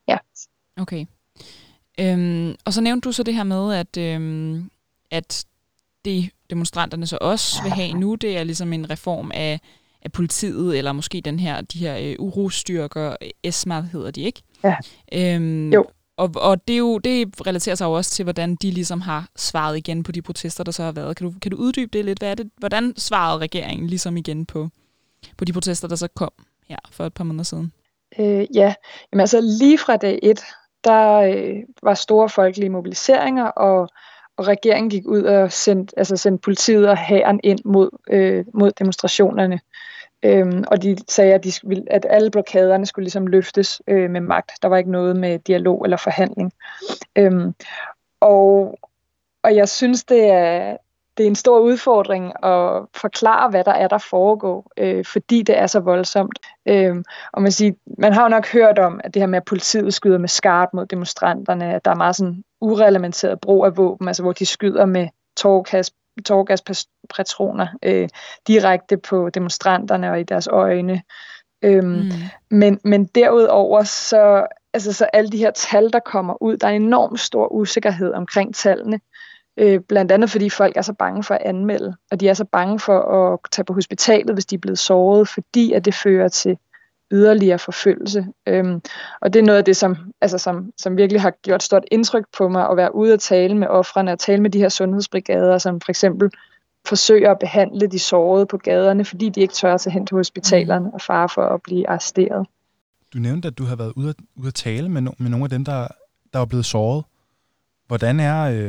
Okay. Og så nævnte du så det her med, at det demonstranterne så også vil have nu, det er ligesom en reform af politiet, eller måske de her urostyrker, ESMA hedder de, ikke? Ja. Jo. Og det relaterer sig jo også til, hvordan de ligesom har svaret igen på de protester, der så har været. Kan du uddybe det lidt? Hvordan svarede regeringen ligesom igen på de protester, der så kom her for et par måneder siden? Ja, jamen altså lige fra dag 1, der var store folkelige mobiliseringer, og regeringen gik ud og sendte politiet og hæren ind mod demonstrationerne. Og de sagde, at alle blokaderne skulle ligesom løftes med magt. Der var ikke noget med dialog eller forhandling. Og jeg synes, det er en stor udfordring at forklare, hvad der foregår, fordi det er så voldsomt. Og man har jo nok hørt om, at det her med, at politiet skyder med skarpt mod demonstranterne, at der er meget sådan ureglementeret brug af våben, altså hvor de skyder med tåregaspatroner direkte på demonstranterne og i deres øjne. Men derudover så alle de her tal, der kommer ud, der er en enormt stor usikkerhed omkring tallene. Blandt andet fordi folk er så bange for at anmelde, og de er så bange for at tage på hospitalet, hvis de er blevet såret, fordi at det fører til yderligere forfølgelse. Og det er noget af det, som virkelig har gjort stort indtryk på mig, at være ude og tale med ofrene, og tale med de her sundhedsbrigader, som for eksempel forsøger at behandle de sårede på gaderne, fordi de ikke tør at tage hen til hospitalerne og fare for at blive arresteret. Du nævnte, at du har været ude at tale med nogle af dem, der er blevet såret. Hvordan er...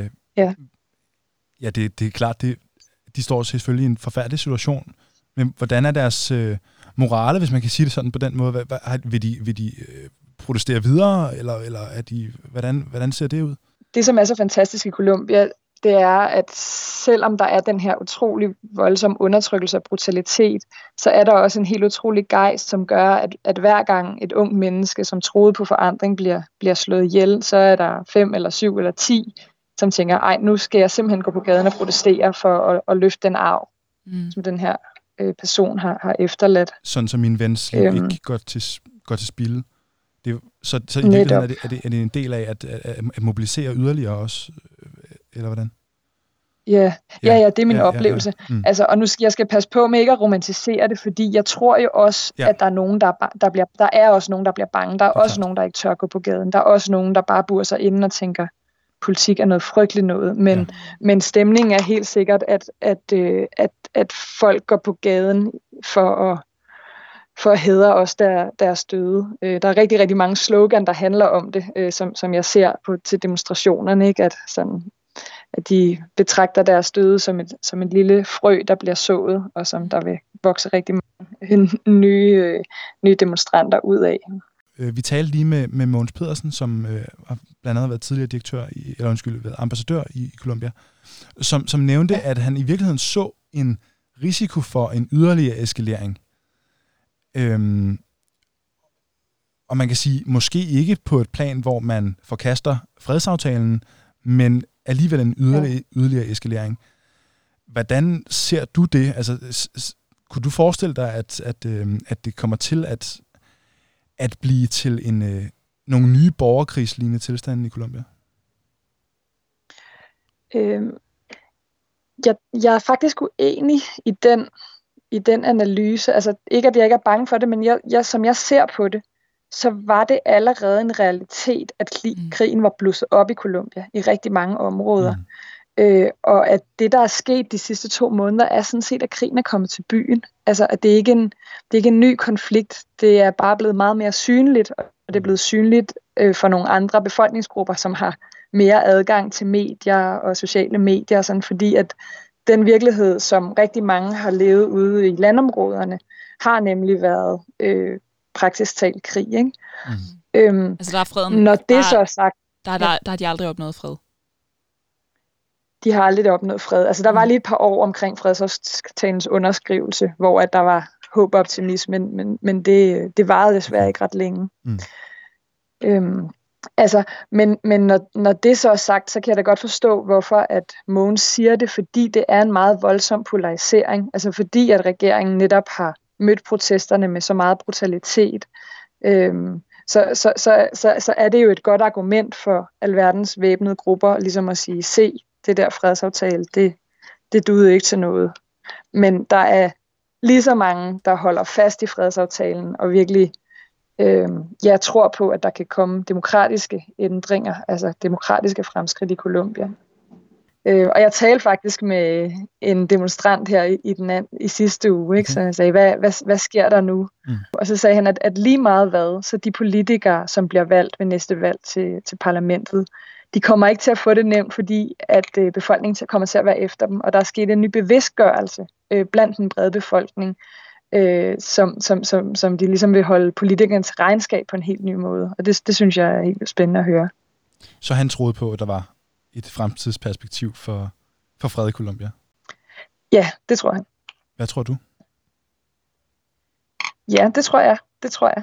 Ja, det er klart, de står selvfølgelig i en forfærdelig situation, men hvordan er deres morale, hvis man kan sige det sådan på den måde? Vil de protestere videre, eller er de, hvordan ser det ud? Det, som er så fantastisk i Colombia, det er, at selvom der er den her utrolig voldsom undertrykkelse og brutalitet, så er der også en helt utrolig gejst, som gør, at hver gang et ungt menneske, som troede på forandring, bliver slået ihjel, så er der 5 eller 7 eller 10, som tænker, ej, nu skal jeg simpelthen gå på gaden og protestere for at løfte den arv, som den her person har efterladt. Sådan som min vens liv ikke går til spilde. Så i virkeligheden er det en del af at mobilisere yderligere også, eller hvordan? Ja, det er min oplevelse. Altså, og nu jeg skal passe på med ikke at romantisere det, fordi jeg tror jo også, at der er nogen, der er også nogen, der bliver bange. Der er også nogen, der ikke tør gå på gaden. Der er også nogen, der bare burer sig inde og tænker, politik er noget frygteligt noget, men stemningen er helt sikkert, at folk går på gaden for at hædre også deres døde. Der er rigtig, rigtig mange slogan, der handler om det, som jeg ser til demonstrationerne, ikke? At de betragter deres døde som et lille frø, der bliver sået, og som der vil vokse rigtig mange nye demonstranter ud af. Vi talte lige med Mogens Pedersen, som har blandt andet været tidligere ambassadør i Colombia, som nævnte, at han i virkeligheden så en risiko for en yderligere eskalering. Og man kan sige, måske ikke på et plan, hvor man forkaster fredsaftalen, men alligevel en yderligere eskalering. Hvordan ser du det? Altså, kunne du forestille dig, at det kommer til at blive til nogle nye borgerkrigslignende tilstande i Colombia? Jeg er faktisk uenig i den analyse. Altså ikke, at jeg ikke er bange for det, men som jeg ser på det, så var det allerede en realitet, at krigen var blusset op i Colombia i rigtig mange områder. Og at det, der er sket de sidste 2 måneder, er sådan set, at krigen er kommet til byen. Altså, at det er ikke en ny konflikt. Det er bare blevet meget mere synligt, og det er blevet synligt for nogle andre befolkningsgrupper, som har mere adgang til medier og sociale medier, sådan, fordi at den virkelighed, som rigtig mange har levet ude i landområderne, har nemlig været praktisk talt krig. Ikke? Altså, der er freden. Når det så er sagt... Der har de aldrig opnået fred. De har aldrig opnået fred. Altså, der var lige et par år omkring fredsaftalens underskrivelse, hvor at der var håb og optimisme, men det varede desværre ikke ret længe. Men når det så er sagt, så kan jeg da godt forstå, hvorfor at Mogens siger det, fordi det er en meget voldsom polarisering. Altså fordi at regeringen netop har mødt protesterne med så meget brutalitet. Så er det jo et godt argument for alverdens væbnede grupper, ligesom at sige, se, det der fredsaftale, det det duede ikke til noget. Men der er lige så mange, der holder fast i fredsaftalen og virkelig jeg tror på, at der kan komme demokratiske ændringer, altså demokratiske fremskridt i Colombia. Og jeg talte faktisk med en demonstrant her i sidste uge, ikke? Så jeg sagde, hvad sker der nu? Og så sagde han, at lige meget hvad, så de politikere, som bliver valgt ved næste valg til parlamentet, de kommer ikke til at få det nemt, fordi at befolkningen kommer til at være efter dem, og der er sket en ny bevidstgørelse blandt den brede befolkning, som de ligesom vil holde politikerne til regnskab på en helt ny måde. Og det synes jeg er helt spændende at høre. Så han troede på, at der var et fremtidsperspektiv for fred i Colombia? Ja, det tror han. Hvad tror du? Ja, det tror jeg.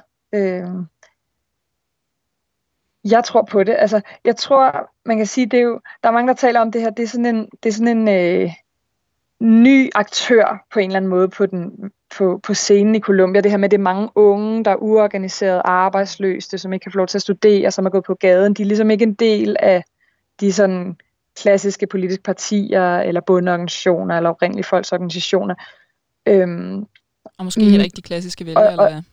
Jeg tror på det. Altså, jeg tror, man kan sige, det er jo, der er mange, der taler om det her. Det er sådan en ny aktør på en eller anden måde på scenen i Colombia. Det her med, det er mange unge, der er uorganiseret, arbejdsløse, som ikke kan få lov til at studere, som er gået på gaden. De er ligesom ikke en del af de sådan klassiske politiske partier, eller bondeorganisationer, eller oprindelige folks organisationer. Og måske heller ikke de klassiske vælgere, eller hvad?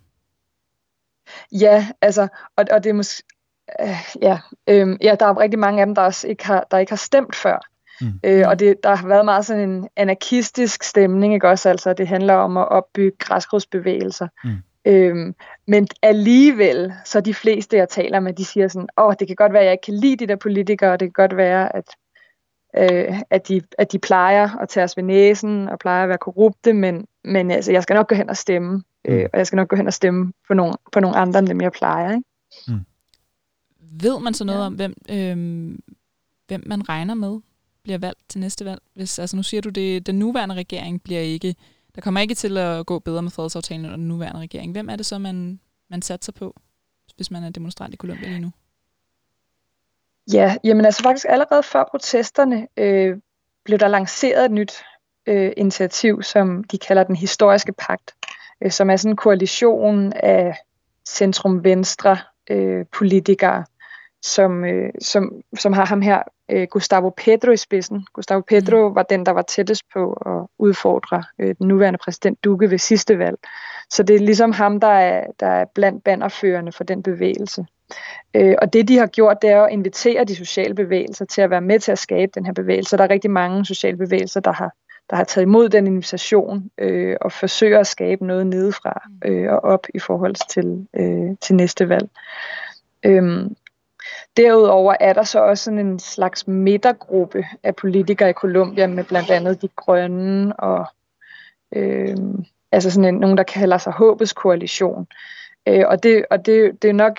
Ja, altså, og det er måske... der er rigtig mange af dem, der ikke har stemt før. Og der har været meget sådan en anarkistisk stemning, ikke også? Altså, det handler om at opbygge græsrodsbevægelser. Men alligevel, så de fleste, jeg taler med, de siger sådan, det kan godt være, at jeg ikke kan lide de der politikere, og det kan godt være, at de plejer at tage os ved næsen, og plejer at være korrupte, men altså, jeg skal nok gå hen og stemme, og jeg skal nok gå hen og stemme på nogle andre, end dem jeg plejer, ikke? Ved man så noget om, hvem man regner med bliver valgt til næste valg? Altså nu siger du, det den nuværende regering bliver ikke, der kommer ikke til at gå bedre med fredsaftalen under den nuværende regering. Hvem er det så, man satser på, hvis man er demonstrant i Colombia lige nu? Ja, jamen altså faktisk allerede før protesterne blev der lanceret et nyt initiativ, som de kalder den historiske pagt, som er sådan en koalition af centrum-venstre politikere, som har ham her, Gustavo Petro i spidsen. Gustavo Petro var den, der var tættest på at udfordre den nuværende præsident Duque ved sidste valg. Så det er ligesom ham, der er blandt bannerførende for den bevægelse. Og det, de har gjort, det er at invitere de sociale bevægelser til at være med til at skabe den her bevægelse. Der er rigtig mange sociale bevægelser, der har taget imod den invitation og forsøger at skabe noget nedefra og op i forhold til næste valg. Derudover er der så også sådan en slags midtergruppe af politikere i Colombia med blandt andet de grønne og altså sådan nogen, der kalder sig Håbets koalition. Og det er nok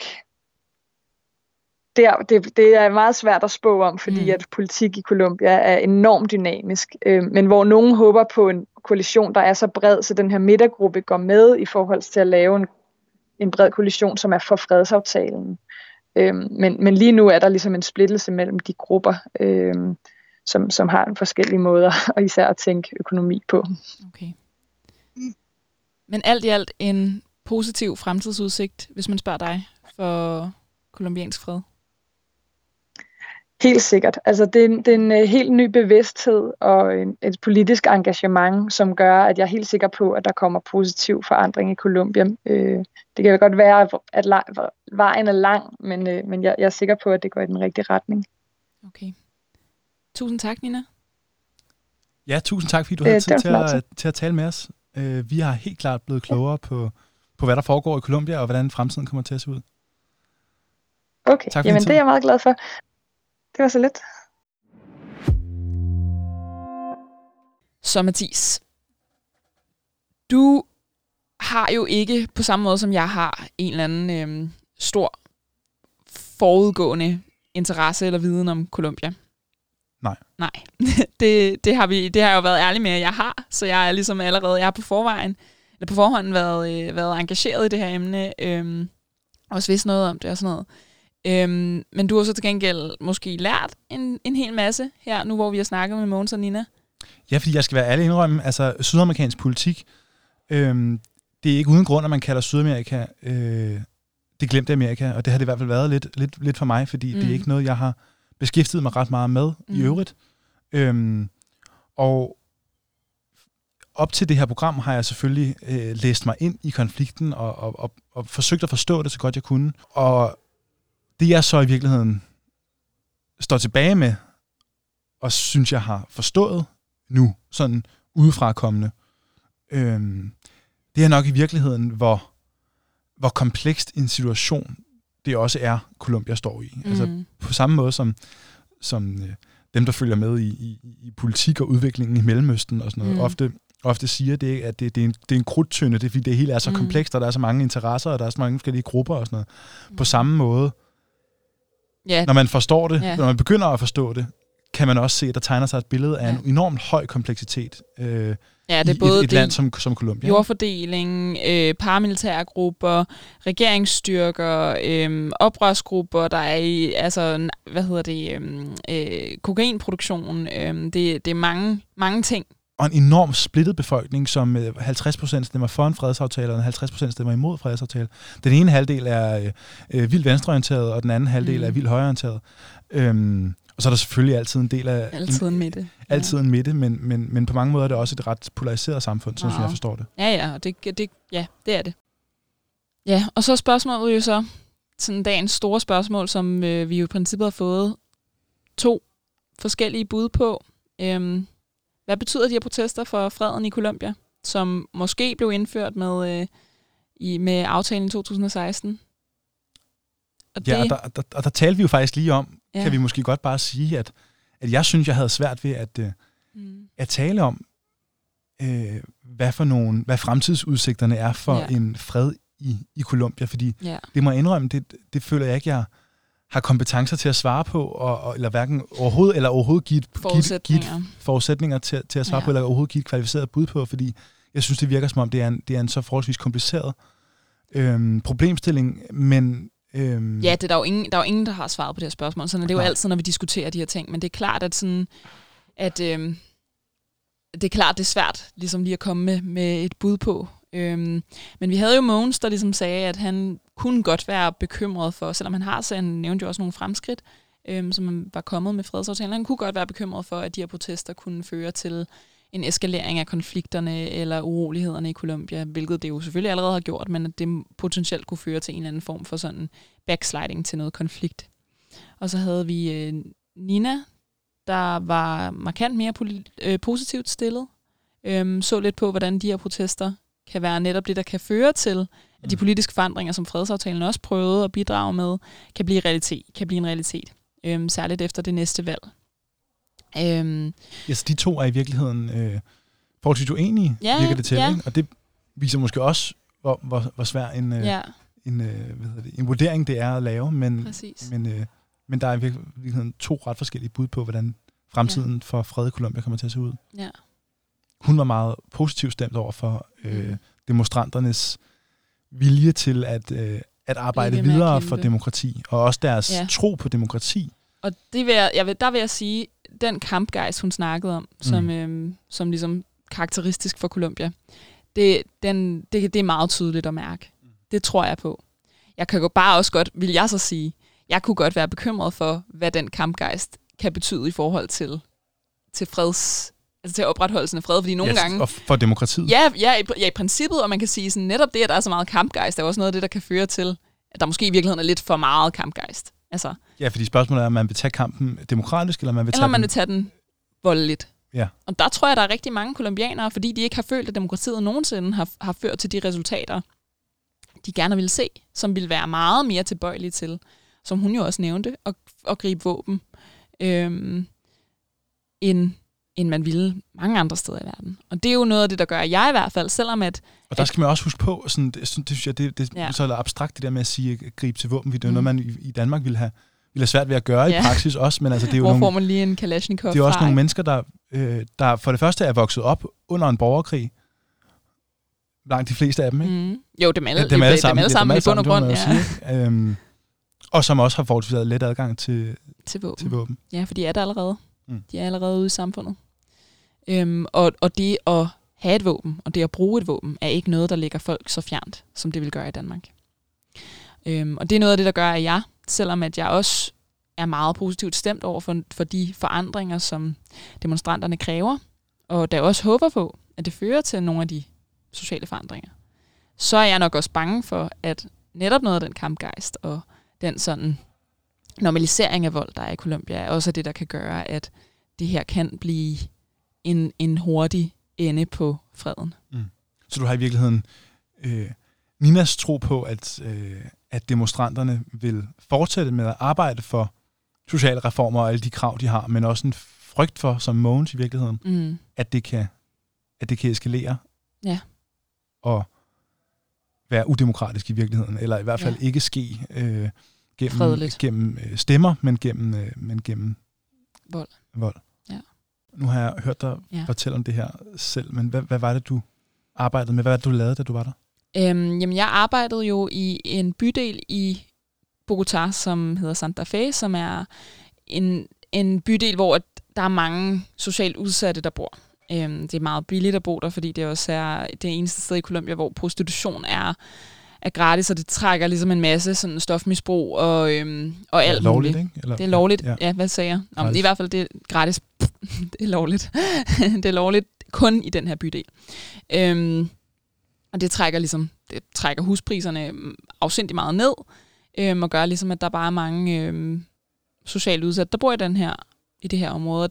det er meget svært at spå om, fordi at politik i Colombia er enormt dynamisk. Men hvor nogen håber på en koalition, der er så bred, så den her midtergruppe går med i forhold til at lave en bred koalition, som er for fredsaftalen. Men lige nu er der ligesom en splittelse mellem de grupper, som har en forskellige måder, og især at tænke økonomi på. Okay. Men alt i alt en positiv fremtidsudsigt, hvis man spørger dig, for colombiansk fred? Helt sikkert. Altså, det er en helt ny bevidsthed og et politisk engagement, som gør, at jeg er helt sikker på, at der kommer positiv forandring i Colombia. Det kan godt være, at vejen er lang, men jeg er sikker på, at det går i den rigtige retning. Okay. Tusind tak, Nina. Ja, tusind tak, fordi du havde tid til at tale med os. Vi har helt klart blevet klogere på, hvad der foregår i Colombia, og hvordan fremtiden kommer til at se ud. Okay, jamen det er jeg meget glad for. Det var så lidt. Så Mathias, du har jo ikke på samme måde som jeg har en eller anden stor forudgående interesse eller viden om Colombia. Nej. det har jeg jo været ærlig med, at jeg har, så jeg er ligesom allerede, jeg har på forhånd været engageret i det her emne, også vidst noget om det og sådan noget. Men du har så til gengæld måske lært en hel masse her, nu hvor vi har snakket med Mogens og Nina. Ja, fordi jeg skal være ærlig indrømme, altså sydamerikansk politik, det er ikke uden grund, at man kalder Sydamerika det glemte Amerika, og det har det i hvert fald været lidt for mig, fordi det er ikke noget, jeg har beskæftiget mig ret meget med i øvrigt. Og op til det her program har jeg selvfølgelig læst mig ind i konflikten og forsøgt at forstå det så godt jeg kunne. Og det jeg så i virkeligheden står tilbage med, og synes jeg har forstået nu, sådan udefrakommende, det er nok i virkeligheden, hvor komplekst en situation det også er, Colombia står i. Altså på samme måde som dem, der følger med i politik og udviklingen i Mellemøsten og sådan noget, ofte siger det, at det er en krudttønde, det er fordi det hele er så komplekst, og der er så mange interesser, og der er så mange forskellige grupper og sådan noget. På samme måde, når man forstår det, når man begynder at forstå det, kan man også se, at der tegner sig et billede af en enormt høj kompleksitet det er både i et land som Colombia. Jordfordeling, paramilitære grupper, regeringsstyrker, oprørsgrupper, der er i, kokainproduktion. Det er mange ting. Og en enormt splittet befolkning, som 50% stemmer for en fredsaftale, og 50% stemmer imod fredsaftale. Den ene halvdel er vildt venstreorienteret, og den anden halvdel er vildt højreorienteret. Og så er der selvfølgelig altid en del af... Altid en midte. Altid en midte, men på mange måder er det også et ret polariseret samfund, som jeg forstår det. Ja, og det er det. Ja, og så er spørgsmålet jo så, sådan dagens store spørgsmål, som vi jo i princippet har fået 2 forskellige bud på. Hvad betyder de her protester for freden i Colombia, som måske blev indført med aftalen i 2016? Og det, og der talte vi jo faktisk lige om, kan vi måske godt bare sige, at jeg synes, jeg havde svært ved at tale om, hvad fremtidsudsigterne er for en fred i Colombia, fordi det må jeg indrømme, det føler jeg ikke, jeg har kompetencer til at svare på, eller hverken overhovedet give forudsætninger til at svare på, eller overhovedet give et kvalificeret bud på, fordi jeg synes, det virker som om, det er en så forholdsvis kompliceret problemstilling, men der er jo ingen, der har svaret på det her spørgsmål. Sådan er det jo altid, når vi diskuterer de her ting. Men det er klart, at det er klart, det er svært ligesom lige at komme med et bud på. Men vi havde jo Mogens, der ligesom sagde, at han kunne godt være bekymret for, selvom han nævnte jo også nogle fremskridt, som var kommet med fredsaftalen. Han kunne godt være bekymret for, at de her protester kunne føre til en eskalering af konflikterne eller urolighederne i Colombia, hvilket det jo selvfølgelig allerede har gjort, men at det potentielt kunne føre til en eller anden form for sådan backsliding til noget konflikt. Og så havde vi Nina, der var markant mere positivt stillet. Så lidt på, hvordan de her protester kan være netop det, der kan føre til, at de politiske forandringer, som fredsaftalen også prøvede at bidrage med, kan blive en realitet. Særligt efter det næste valg. Så de 2 er i virkeligheden forholdsvis uenige, virker det til, ikke? Og det viser måske også, hvor svær en vurdering det er at lave, men der er i virkeligheden 2 ret forskellige bud på, hvordan fremtiden for fred i Colombia kommer til at se ud. Ja. Hun var meget positivt stemt over for demonstranternes vilje til at arbejde videre for demokrati, og også deres tro på demokrati. Og der vil jeg sige, den kampgejst, hun snakkede om, som ligesom karakteristisk for Colombia, det er meget tydeligt at mærke. Det tror jeg på. Jeg kan jo bare også godt, vil jeg så sige, jeg kunne godt være bekymret for, hvad den kampgejst kan betyde i forhold til freds, altså til opretholdelsen af fred, fordi nogle gange... Og for demokratiet. Ja, i princippet, og man kan sige sådan, netop det, at der er så meget kampgejst, er også noget af det, der kan føre til, at der måske i virkeligheden er lidt for meget kampgejst. Altså, ja, fordi spørgsmålet er, om man vil tage kampen demokratisk, eller man vil tage den voldeligt. Ja. Og der tror jeg, der er rigtig mange kolumbianere, fordi de ikke har følt, at demokratiet nogensinde har ført til de resultater, de gerne vil se, som vil være meget mere tilbøjelige til, som hun jo også nævnte, at gribe våben, end man ville mange andre steder i verden. Og det er jo noget af det, der gør jeg i hvert fald, selvom at... Og der skal man også huske på, sådan, det synes jeg, det er så abstrakt, det der med at sige, gribe til våben, det er noget, man i Danmark ville have svært ved at gøre i praksis også, men altså det er jo hvor får man lige en Kalashnikov? Det er også nogle mennesker, der for det første er vokset op under en borgerkrig. Langt de fleste af dem, ikke? Jo, dem alle sammen i bund og grund, og som også har forholdsvis let adgang til våben. Ja, for de er der allerede. De er allerede ude i samfundet. Og det at have et våben, og det at bruge et våben, er ikke noget, der ligger folk så fjernt, som det vil gøre i Danmark. Og det er noget af det, der gør, at jeg, selvom at jeg også er meget positivt stemt over for de forandringer, som demonstranterne kræver, og der også håber på, at det fører til nogle af de sociale forandringer, så er jeg nok også bange for, at netop noget af den kampgejst og den sådan normalisering af vold, der er i Colombia, er også det, der kan gøre, at det her kan blive en hurtig ende på freden. Så du har i virkeligheden Ninas tro på, at demonstranterne vil fortsætte med at arbejde for sociale reformer og alle de krav, de har, men også en frygt for, som Mogens i virkeligheden, at det kan eskalere og være udemokratisk i virkeligheden, eller i hvert fald ikke ske gennem stemmer, men gennem vold. Ja. Nu har jeg hørt dig fortælle om det her selv, men hvad var det, du arbejdede med? Hvad var det, du lavede, da du var der? Jamen, jeg arbejdede jo i en bydel i Bogotá, som hedder Santa Fe, som er en bydel, hvor der er mange socialt udsatte, der bor. Det er meget billigt at bo der, fordi det også er det eneste sted i Colombia, hvor prostitution er gratis, og det trækker ligesom en masse sådan stofmisbrug og alt lovligt, muligt. Ikke? Eller, det er lovligt, ja hvad sagde jeg? Nå, men det er i hvert fald det er gratis. Det er lovligt. Det er lovligt kun i den her bydel. Og det trækker huspriserne afsindigt meget ned, og gør ligesom, at der bare er mange socialt udsatte, der bor i det her område.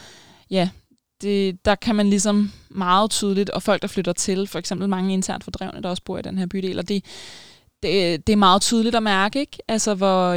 Der kan man ligesom meget tydeligt, og folk, der flytter til, for eksempel mange internt fordrevne, der også bor i den her bydel, og det er meget tydeligt at mærke, ikke? Altså,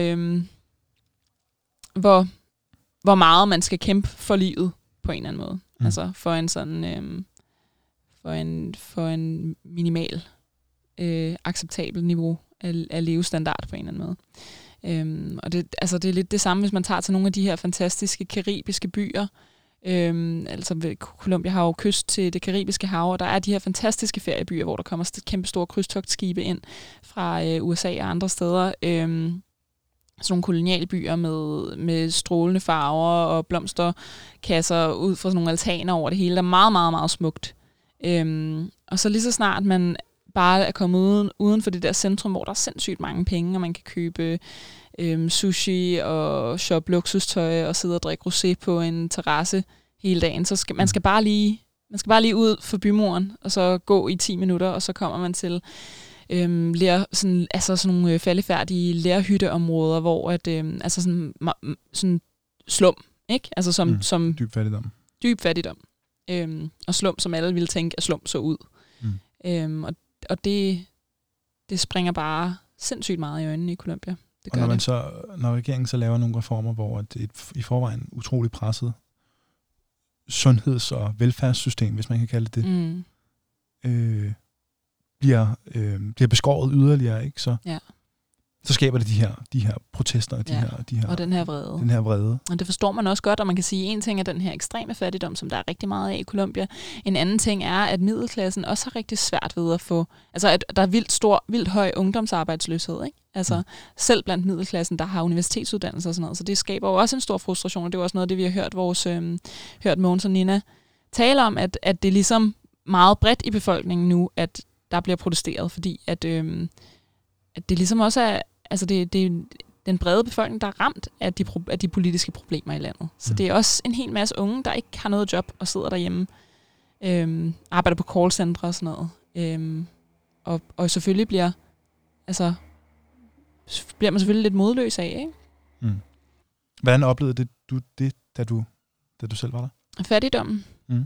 hvor meget man skal kæmpe for livet, på en eller anden måde. Altså, for en sådan, for en minimal, acceptabel niveau af levestandard, på en eller anden måde. Og det er lidt det samme, hvis man tager til nogle af de her fantastiske karibiske byer. Colombia har jo kyst til det karibiske hav, og der er de her fantastiske feriebyer, hvor der kommer kæmpe store krydstogtskibe ind fra USA og andre steder. Sådan nogle kolonialbyer med strålende farver og blomsterkasser ud fra sådan nogle altaner over det hele. Der er meget, meget, meget smukt. Og så lige så snart man bare er kommet uden for det der centrum, hvor der er sindssygt mange penge, og man kan købe sushi og shoppe luksustøj og sidde og drikke rosé på en terrasse hele dagen. Så man skal bare lige ud for bymuren, og så gå i 10 minutter, og så kommer man til sådan nogle faldefærdige lærhytteområder, hvor sådan slum, ikke? Altså som dyb fattigdom. Og slum, som alle ville tænke, at slum så ud. Og det springer bare sindssygt meget i øjnene i Colombia. Og når regeringen så laver nogle reformer, hvor et i forvejen utroligt presset sundheds- og velfærdssystem, hvis man kan kalde det, bliver beskåret yderligere, ikke? Så skaber det de her protester og og den her vrede. Og det forstår man også godt, og man kan sige, en ting er den her ekstreme fattigdom, som der er rigtig meget af i Colombia. En anden ting er, at middelklassen også har rigtig svært ved at få, altså at der er vildt høj ungdomsarbejdsløshed, ikke? Altså selv blandt middelklassen, der har universitetsuddannelser og sådan noget, så det skaber jo også en stor frustration, og det er også noget af det, vi har hørt Mogens og Nina tale om, at det er ligesom meget bredt i befolkningen nu, at der bliver protesteret, fordi at det ligesom også er, altså det er den brede befolkning, der er ramt af de politiske problemer i landet. Så det er også en hel masse unge, der ikke har noget job og sidder derhjemme, arbejder på callcentre og sådan noget. Og selvfølgelig bliver man selvfølgelig lidt modløs af, ikke? Hvordan oplevede du det, da du selv var der? Fattigdommen.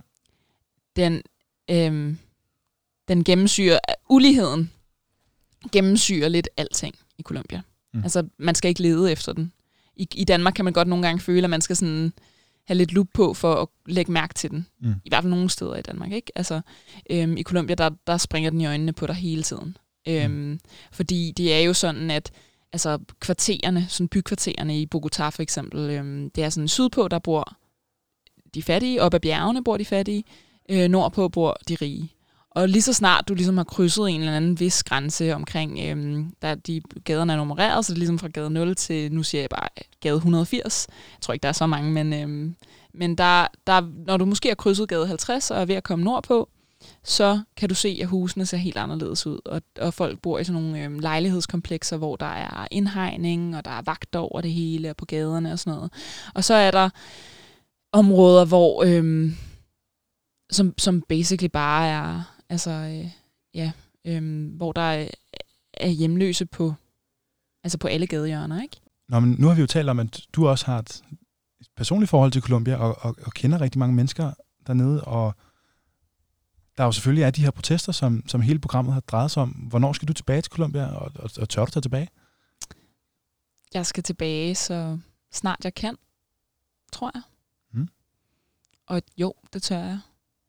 Den gennemsyrer uligheden. Gennemsyrer lidt alting i Colombia. Altså, man skal ikke lede efter den. I Danmark kan man godt nogle gange føle, at man skal sådan have lidt lup på for at lægge mærke til den. I hvert fald nogle steder i Danmark, ikke? Altså, i Colombia, der springer den i øjnene på dig hele tiden. Fordi det er jo sådan, at altså, kvartererne, sådan bykvartererne i Bogotá for eksempel, det er sådan sydpå, der bor de fattige, op ad bjergene bor de fattige, nordpå bor de rige. Og lige så snart du ligesom har krydset en eller anden vis grænse omkring, der de gaderne er nummereret, så det er ligesom fra gade 0 til, nu siger jeg bare, gade 180. Jeg tror ikke, der er så mange, men der, når du måske har krydset gade 50 og er ved at komme nordpå, så kan du se, at husene ser helt anderledes ud, og folk bor i sådan nogle lejlighedskomplekser, hvor der er indhegning, og der er vagter over det hele, og på gaderne og sådan noget. Og så er der områder, hvor som basically bare er, hvor der er hjemløse på alle gadehjørner, ikke? Nå, men nu har vi jo talt om, at du også har et personligt forhold til Colombia, og kender rigtig mange mennesker dernede, og der er jo selvfølgelig de her protester, som hele programmet har drejet sig om. Hvornår skal du tilbage til Colombia, og tør du tage tilbage? Jeg skal tilbage, så snart jeg kan, tror jeg. Og jo, det tør jeg.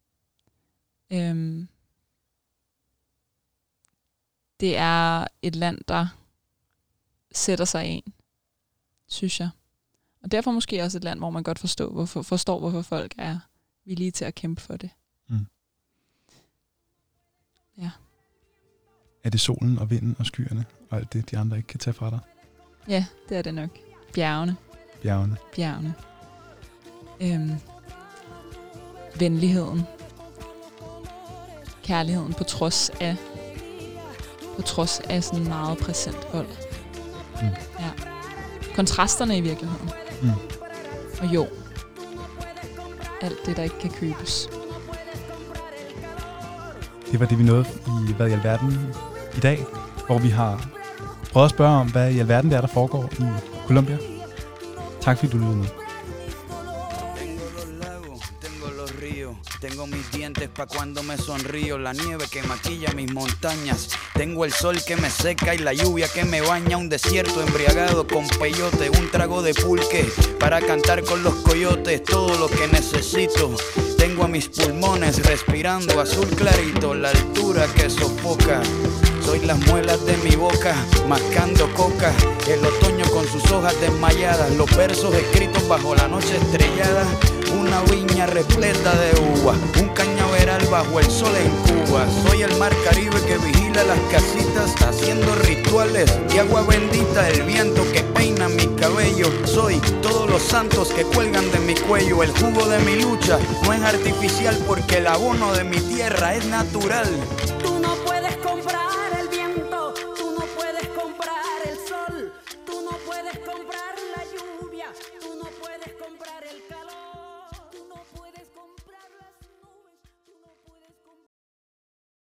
Det er et land, der sætter sig ind, synes jeg. Og derfor måske også et land, hvor man godt forstår, hvorfor folk er villige til at kæmpe for det. Ja. Er det solen og vinden og skyerne, og alt det, de andre ikke kan tage fra dig? Ja, det er det nok. Bjergene. Venligheden. Kærligheden på trods af sådan meget præsent vold. Ja. Kontrasterne i virkeligheden. Og jo, alt det, der ikke kan købes. Det var det, vi nåede i Hvad i alverden i dag, hvor vi har prøvet at spørge om, hvad i alverden det er, der foregår i Colombia. Tak fordi du lyttede med. Tengo mis dientes pa' cuando me sonrío, la nieve que maquilla mis montañas. Tengo el sol que me seca y la lluvia que me baña. Un desierto embriagado con peyote, un trago de pulque para cantar con los coyotes. Todo lo que necesito. Tengo a mis pulmones respirando azul clarito, la altura que sofoca. Soy las muelas de mi boca, mascando coca. El otoño con sus hojas desmayadas, los versos escritos bajo la noche estrellada. Una viña repleta de uva, un cañaveral bajo el sol en Cuba. Soy el mar Caribe que vigila las casitas, haciendo rituales y agua bendita. El viento que peina mi cabello. Soy todos los santos que cuelgan de mi cuello. El jugo de mi lucha no es artificial porque el abono de mi tierra es natural.